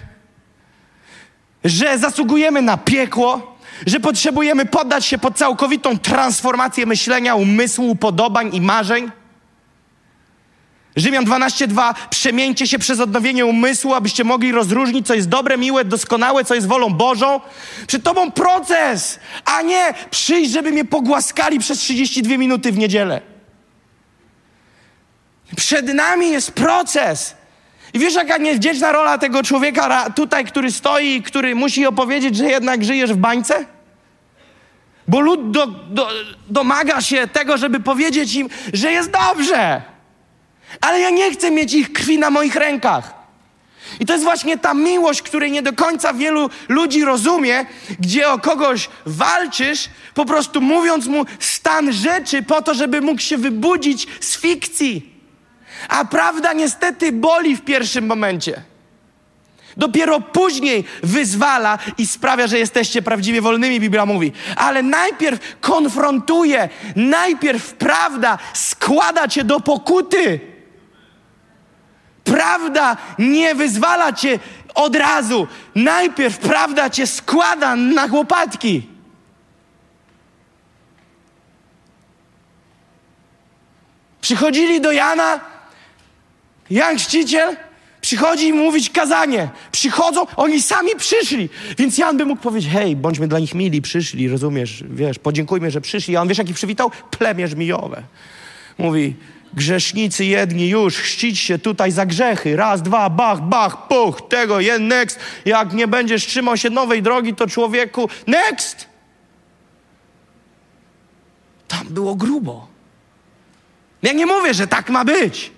że zasługujemy na piekło, że potrzebujemy poddać się pod całkowitą transformację myślenia, umysłu, upodobań i marzeń. Rzymian 12:2. Przemieńcie się przez odnowienie umysłu, abyście mogli rozróżnić, co jest dobre, miłe, doskonałe, co jest wolą Bożą. Przed tobą proces, a nie przyjść, żeby mnie pogłaskali przez 32 minuty w niedzielę. Przed nami jest proces. I wiesz, jaka niewdzięczna rola tego człowieka tutaj, który stoi i który musi opowiedzieć, że jednak żyjesz w bańce? Bo lud domaga się tego, żeby powiedzieć im, że jest dobrze. Ale ja nie chcę mieć ich krwi na moich rękach. I to jest właśnie ta miłość, której nie do końca wielu ludzi rozumie, gdzie o kogoś walczysz, po prostu mówiąc mu stan rzeczy po to, żeby mógł się wybudzić z fikcji. A prawda niestety boli w pierwszym momencie. Dopiero później wyzwala i sprawia, że jesteście prawdziwie wolnymi, Biblia mówi. Ale najpierw konfrontuje, najpierw prawda składa cię do pokuty. Prawda nie wyzwala cię od razu. Najpierw prawda cię składa na łopatki. Przychodzili do Jana, Jan Chrzciciel przychodzi im mówić kazanie. Przychodzą, oni sami przyszli. Więc Jan by mógł powiedzieć, hej, bądźmy dla nich mili, przyszli, rozumiesz, wiesz, podziękujmy, że przyszli. A on wiesz, jaki przywitał? Plemię żmijowe. Mówi, grzesznicy jedni już, chrzcić się tutaj za grzechy. Raz, dwa, bach, bach, puch, tego, next. Jak nie będziesz trzymał się nowej drogi, to człowieku, next! Tam było grubo. Ja nie mówię, że tak ma być.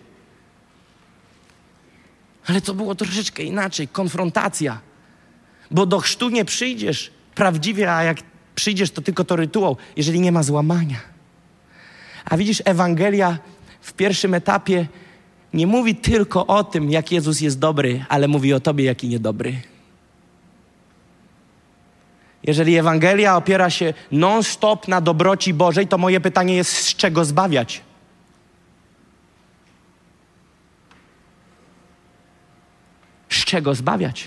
Ale to było troszeczkę inaczej, konfrontacja. Bo do chrztu nie przyjdziesz prawdziwie, a jak przyjdziesz, to tylko to rytuał, jeżeli nie ma złamania. A widzisz, Ewangelia w pierwszym etapie nie mówi tylko o tym, jak Jezus jest dobry, ale mówi o tobie, jaki niedobry. Jeżeli Ewangelia opiera się non-stop na dobroci Bożej, to moje pytanie jest, z czego zbawiać? Z czego zbawiać?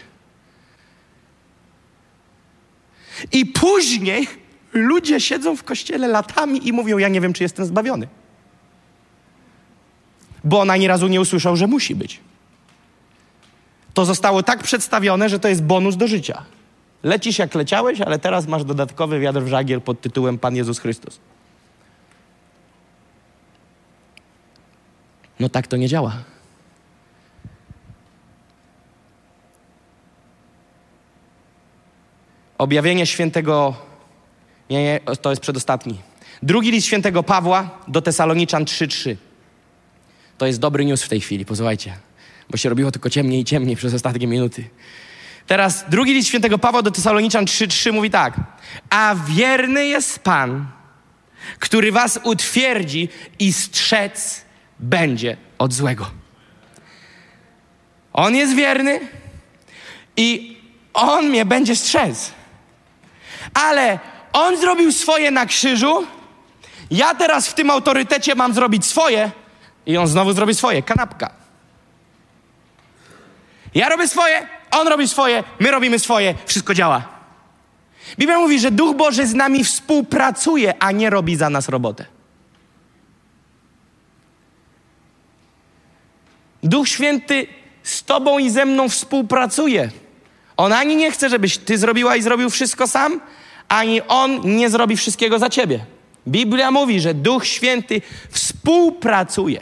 I później ludzie siedzą w kościele latami i mówią, ja nie wiem, czy jestem zbawiony. Bo on ani razu nie usłyszał, że musi być. To zostało tak przedstawione, że to jest bonus do życia. Lecisz jak leciałeś, ale teraz masz dodatkowy wiatr w żagiel pod tytułem Pan Jezus Chrystus. No tak to nie działa. Objawienie świętego, nie, to jest przedostatni. Drugi list świętego Pawła do Tesaloniczan 3:3. To jest dobry news w tej chwili, posłuchajcie, bo się robiło tylko ciemniej i ciemniej przez ostatnie minuty. Teraz drugi list świętego Pawła do Tesaloniczan 3:3 mówi tak. A wierny jest Pan, który was utwierdzi i strzec będzie od złego. On jest wierny i on mnie będzie strzec. Ale on zrobił swoje na krzyżu, ja teraz w tym autorytecie mam zrobić swoje i on znowu zrobi swoje. Kanapka. Ja robię swoje, on robi swoje, my robimy swoje, wszystko działa. Biblia mówi, że Duch Boży z nami współpracuje, a nie robi za nas robotę. Duch Święty z tobą i ze mną współpracuje. On ani nie chce, żebyś ty zrobiła i zrobił wszystko sam, ani on nie zrobi wszystkiego za ciebie. Biblia mówi, że Duch Święty współpracuje.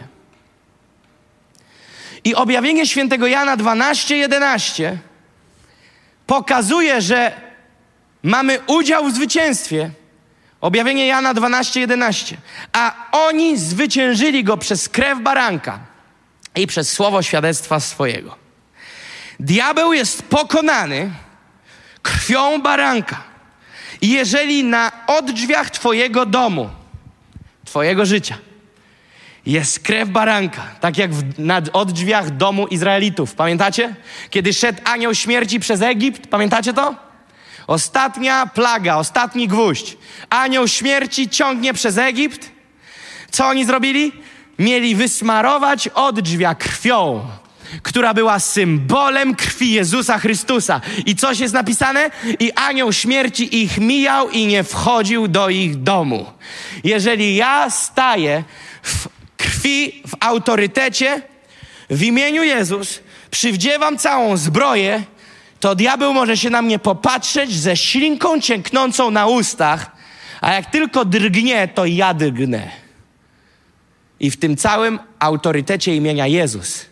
I objawienie świętego Jana 12:11 pokazuje, że mamy udział w zwycięstwie. Objawienie Jana 12:11. A oni zwyciężyli go przez krew baranka i przez słowo świadectwa swojego. Diabeł jest pokonany krwią baranka. I jeżeli na odrzwiach twojego domu, twojego życia jest krew baranka, tak jak na odrzwiach domu Izraelitów. Pamiętacie? Kiedy szedł anioł śmierci przez Egipt, pamiętacie to? Ostatnia plaga, ostatni gwóźdź. Anioł śmierci ciągnie przez Egipt. Co oni zrobili? Mieli wysmarować odrzwia krwią, która była symbolem krwi Jezusa Chrystusa. I coś jest napisane? I anioł śmierci ich mijał i nie wchodził do ich domu. Jeżeli ja staję w krwi, w autorytecie, w imieniu Jezus, przywdziewam całą zbroję, to diabeł może się na mnie popatrzeć ze ślinką cieknącą na ustach, a jak tylko drgnie, to ja drgnę. I w tym całym autorytecie imienia Jezus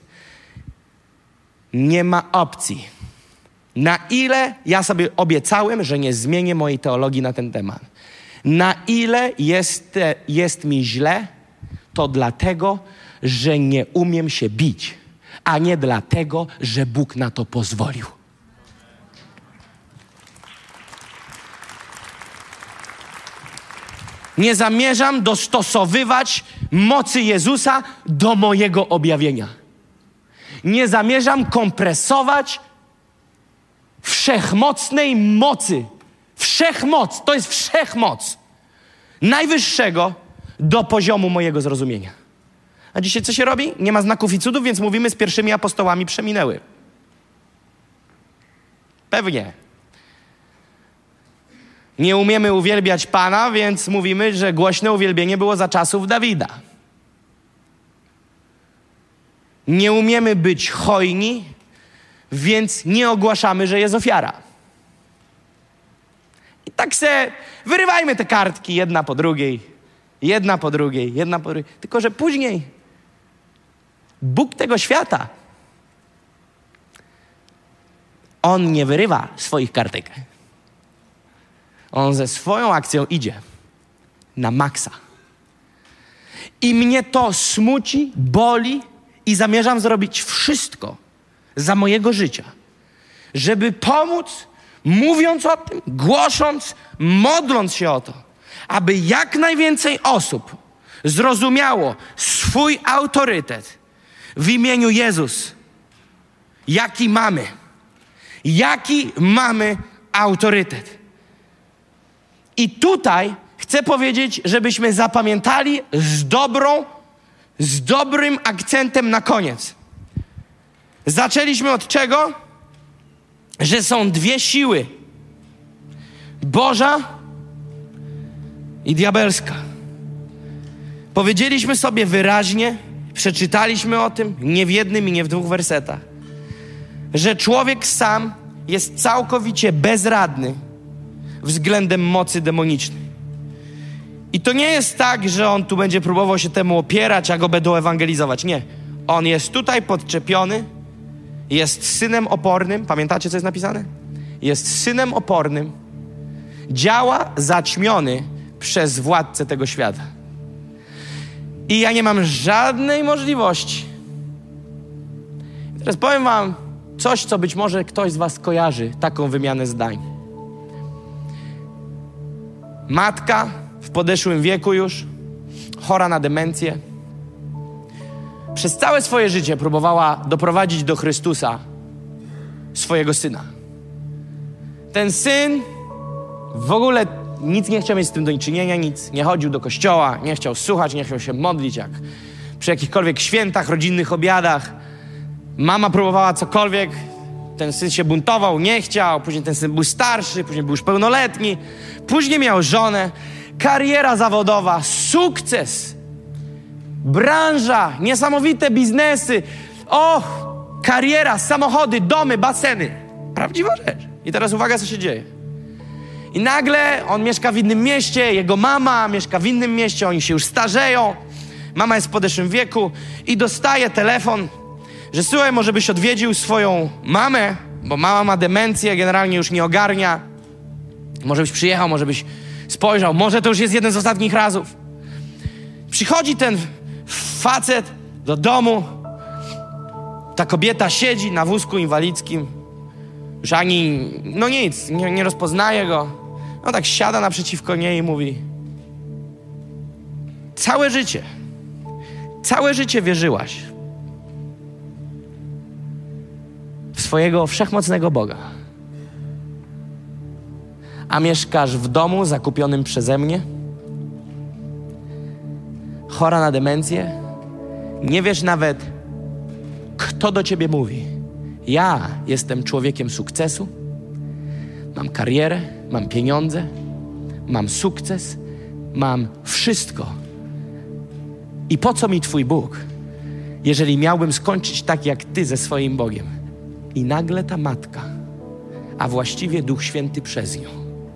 nie ma opcji. Na ile ja sobie obiecałem, że nie zmienię mojej teologii na ten temat. Na ile jest mi źle, to dlatego, że nie umiem się bić, a nie dlatego, że Bóg na to pozwolił. Nie zamierzam dostosowywać mocy Jezusa do mojego objawienia. Nie zamierzam kompresować wszechmocnej mocy. Wszechmoc, to jest wszechmoc najwyższego do poziomu mojego zrozumienia. A dzisiaj co się robi? Nie ma znaków i cudów, więc mówimy, z pierwszymi apostołami przeminęły. Pewnie. Nie umiemy uwielbiać Pana, więc mówimy, że głośne uwielbienie było za czasów Dawida. Nie umiemy być hojni, więc nie ogłaszamy, że jest ofiara. I tak se wyrywajmy te kartki jedna po drugiej, jedna po drugiej, jedna po drugiej. Tylko że później Bóg tego świata, On nie wyrywa swoich kartek. On ze swoją akcją idzie na maksa. I mnie to smuci, boli i zamierzam zrobić wszystko za mojego życia, żeby pomóc, mówiąc o tym, głosząc, modląc się o to, aby jak najwięcej osób zrozumiało swój autorytet w imieniu Jezus. Jaki mamy autorytet. I tutaj chcę powiedzieć, żebyśmy zapamiętali z dobrym akcentem na koniec. Zaczęliśmy od czego? Że są dwie siły. Boża i diabelska. Powiedzieliśmy sobie wyraźnie, przeczytaliśmy o tym nie w jednym i nie w dwóch wersetach, że człowiek sam jest całkowicie bezradny względem mocy demonicznej. I to nie jest tak, że on tu będzie próbował się temu opierać, a go będą ewangelizować. Nie. On jest tutaj podczepiony, jest synem opornym. Pamiętacie, co jest napisane? Jest synem opornym. Działa zaćmiony przez władcę tego świata. I ja nie mam żadnej możliwości. Teraz powiem wam coś, co być może ktoś z was kojarzy, taką wymianę zdań. Matka w podeszłym wieku już, chora na demencję. Przez całe swoje życie próbowała doprowadzić do Chrystusa swojego syna. Ten syn w ogóle nic nie chciał mieć z tym do czynienia, nic. Nie chodził do kościoła, nie chciał słuchać, nie chciał się modlić, jak przy jakichkolwiek świętach, rodzinnych obiadach. Mama próbowała cokolwiek, ten syn się buntował, nie chciał, później ten syn był starszy, później był już pełnoletni, później miał żonę, kariera zawodowa, sukces, branża, niesamowite biznesy, kariera, samochody, domy, baseny. Prawdziwa rzecz. I teraz uwaga, co się dzieje. I nagle on mieszka w innym mieście, jego mama mieszka w innym mieście, oni się już starzeją. Mama jest w podeszłym wieku i dostaje telefon, że słuchaj, może byś odwiedził swoją mamę, bo mama ma demencję, generalnie już nie ogarnia. Może byś przyjechał, może byś spojrzał, może to już jest jeden z ostatnich razów. Przychodzi ten facet do domu, ta kobieta siedzi na wózku inwalidzkim, już ani, no nic, nie rozpoznaje go. No tak siada naprzeciwko niej i mówi: całe życie wierzyłaś w swojego wszechmocnego Boga, a mieszkasz w domu zakupionym przeze mnie, chora na demencję, nie wiesz nawet, kto do ciebie mówi. Ja jestem człowiekiem sukcesu, mam karierę, mam pieniądze, mam sukces, mam wszystko. I po co mi twój Bóg, jeżeli miałbym skończyć tak jak ty ze swoim Bogiem? I nagle ta matka, a właściwie Duch Święty przez nią,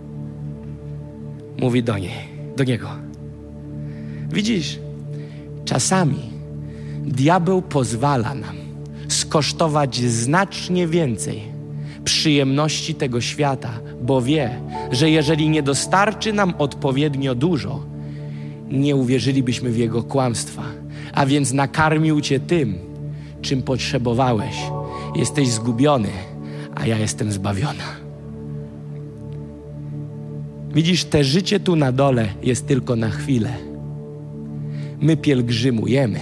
mówi do niego: widzisz, czasami diabeł pozwala nam skosztować znacznie więcej przyjemności tego świata, bo wie, że jeżeli nie dostarczy nam odpowiednio dużo, nie uwierzylibyśmy w jego kłamstwa. A więc nakarmił cię tym, czym potrzebowałeś. Jesteś zgubiony, a ja jestem zbawiona. Widzisz, te życie tu na dole jest tylko na chwilę. My pielgrzymujemy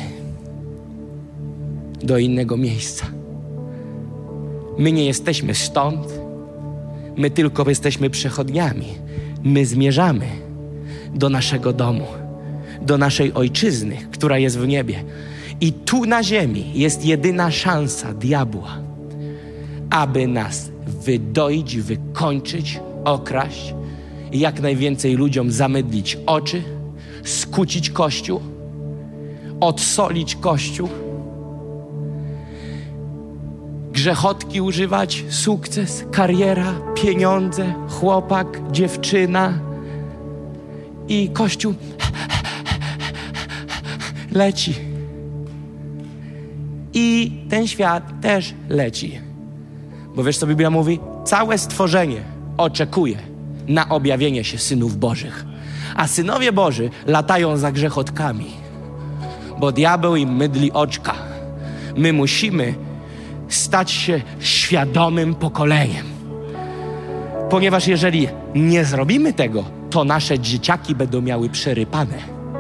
do innego miejsca. My nie jesteśmy stąd, my tylko jesteśmy przechodniami. My zmierzamy do naszego domu, do naszej ojczyzny, która jest w niebie. I tu na ziemi jest jedyna szansa diabła, aby nas wydoić, wykończyć, okraść, jak najwięcej ludziom zamydlić oczy, skłócić Kościół, odsolić Kościół, grzechotki używać, sukces, kariera, pieniądze, chłopak, dziewczyna i Kościół leci. I ten świat też leci. Bo wiesz, co Biblia mówi? Całe stworzenie oczekuje na objawienie się synów Bożych. A synowie Boży latają za grzechotkami, bo diabeł im mydli oczka. My musimy stać się świadomym pokoleniem. Ponieważ jeżeli nie zrobimy tego, to nasze dzieciaki będą miały przerypane.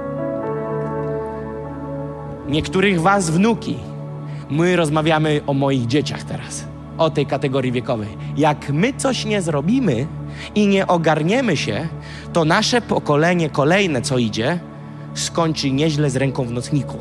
Niektórych was wnuki. My rozmawiamy o moich dzieciach teraz, o tej kategorii wiekowej. Jak my coś nie zrobimy i nie ogarniemy się, to nasze pokolenie kolejne, co idzie, skończy nieźle z ręką w nocniku.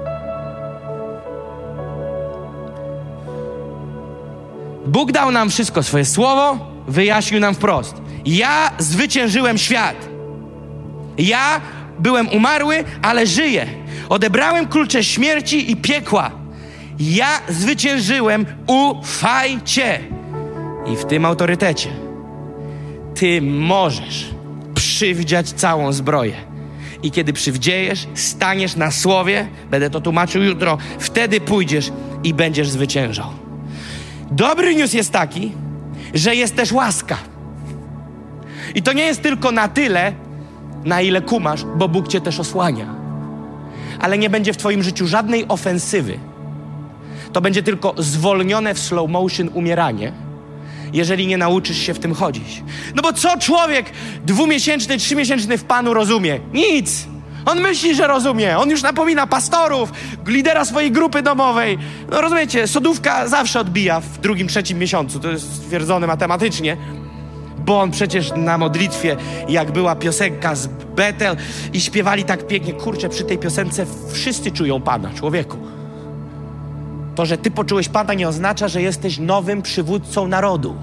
Bóg dał nam wszystko, swoje słowo wyjaśnił nam wprost. Ja zwyciężyłem świat. Ja byłem umarły, ale żyję. Odebrałem klucze śmierci i piekła. Ja zwyciężyłem, ufajcie. I w tym autorytecie ty możesz przywdziać całą zbroję. I kiedy przywdziejesz, staniesz na słowie, będę to tłumaczył jutro, wtedy pójdziesz i będziesz zwyciężał. Dobry news jest taki, że jest też łaska. I to nie jest tylko na tyle, na ile kumasz, bo Bóg cię też osłania. Ale nie będzie w twoim życiu żadnej ofensywy. To będzie tylko zwolnione w slow motion umieranie, jeżeli nie nauczysz się w tym chodzić. No bo co człowiek 2-miesięczny, 3-miesięczny w Panu rozumie? Nic. On myśli, że rozumie. On już napomina pastorów, lidera swojej grupy domowej. No rozumiecie, sodówka zawsze odbija w 2., 3. miesiącu. To jest stwierdzone matematycznie. Bo on przecież na modlitwie, jak była piosenka z Betel i śpiewali tak pięknie. Kurczę, przy tej piosence wszyscy czują Pana, człowieku. To, że ty poczułeś Pana, nie oznacza, że jesteś nowym przywódcą narodu.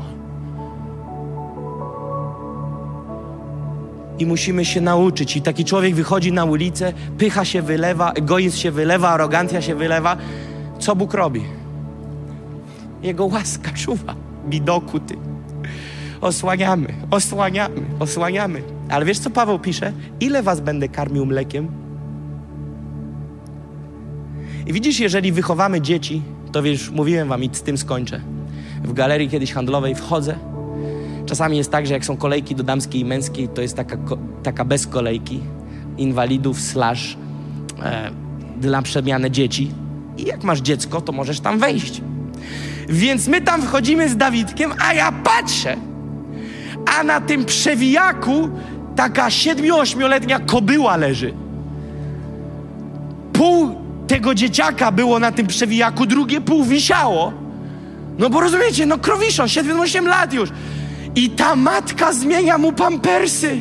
I musimy się nauczyć. I taki człowiek wychodzi na ulicę, pycha się wylewa, egoizm się wylewa, arogancja się wylewa. Co Bóg robi? Jego łaska czuwa. Bidoku ty. osłaniamy. Ale wiesz, co Paweł pisze? Ile was będę karmił mlekiem? I widzisz, jeżeli wychowamy dzieci, to wiesz, mówiłem wam i z tym skończę. W galerii kiedyś handlowej wchodzę. Czasami jest tak, że jak są kolejki do damskiej i męskiej, to jest taka bez kolejki. Inwalidów / dla przemiany dzieci. I jak masz dziecko, to możesz tam wejść. Więc my tam wchodzimy z Dawidkiem, a ja patrzę, a na tym przewijaku taka 7-8-letnia kobyła leży. Pół tego dzieciaka było na tym przewijaku, drugie pół wisiało. No bo rozumiecie, no krowiszon, 7-8 lat już. I ta matka zmienia mu pampersy.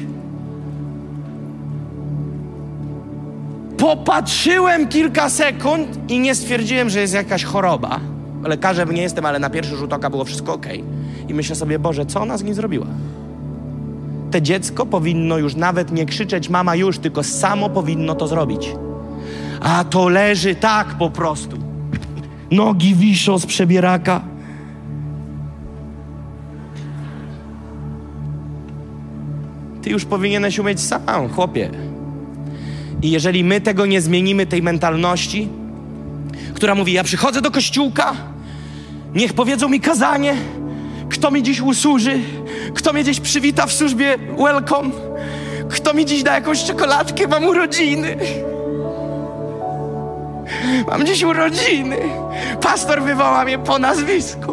Popatrzyłem kilka sekund i nie stwierdziłem, że jest jakaś choroba. Lekarzem nie jestem, ale na pierwszy rzut oka było wszystko okej. I myślę sobie, Boże, co ona z nim zrobiła? Te dziecko powinno już nawet nie krzyczeć mama już, tylko samo powinno to zrobić. A to leży tak po prostu. Nogi wiszą z przebieraka. Ty już powinieneś umieć sam, chłopie. I jeżeli my tego nie zmienimy, tej mentalności, która mówi, ja przychodzę do kościółka, niech powiedzą mi kazanie, kto mi dziś usłuży, kto mnie dziś przywita w służbie welcome, kto mi dziś da jakąś czekoladkę, mam urodziny. Mam dziś urodziny. Pastor wywoła mnie po nazwisku.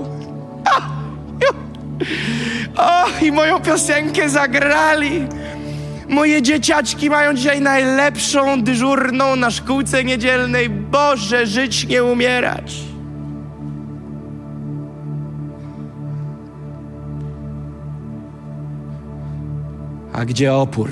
I moją piosenkę zagrali. Moje dzieciaczki mają dzisiaj najlepszą dyżurną na szkółce niedzielnej. Boże, żyć, nie umierać. A gdzie opór?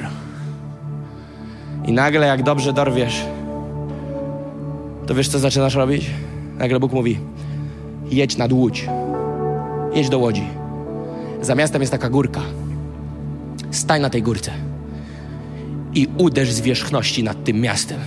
I nagle, jak dobrze dorwiesz, to wiesz, co zaczynasz robić? Nagle Bóg mówi, jedź nad Łódź. Jedź do Łodzi. Za miastem jest taka górka. Stań na tej górce i uderz z wierzchności nad tym miastem.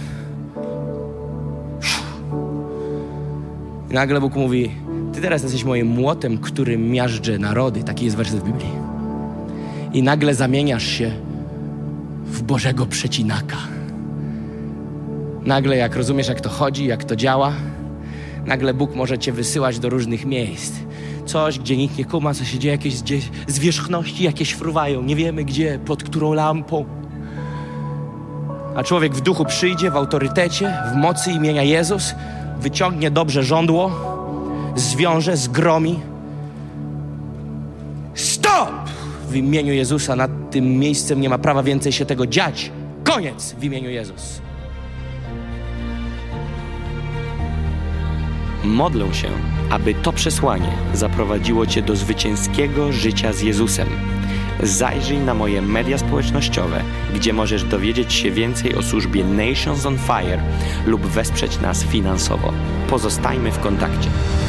I nagle Bóg mówi, ty teraz jesteś moim młotem, którym miażdżę narody. Taki jest werset w Biblii. I nagle zamieniasz się w Bożego przecinaka. Nagle, jak rozumiesz, jak to chodzi, jak to działa, nagle Bóg może cię wysyłać do różnych miejsc. Coś, gdzie nikt nie kuma, co się dzieje, jakieś zwierzchności jakieś fruwają. Nie wiemy gdzie, pod którą lampą. A człowiek w duchu przyjdzie, w autorytecie, w mocy imienia Jezus, wyciągnie dobrze żądło, zwiąże, zgromi. Stop! W imieniu Jezusa nad tym miejscem nie ma prawa więcej się tego dziać. Koniec w imieniu Jezus. Modlę się, aby to przesłanie zaprowadziło cię do zwycięskiego życia z Jezusem. Zajrzyj na moje media społecznościowe, gdzie możesz dowiedzieć się więcej o służbie Nations on Fire lub wesprzeć nas finansowo. Pozostajmy w kontakcie.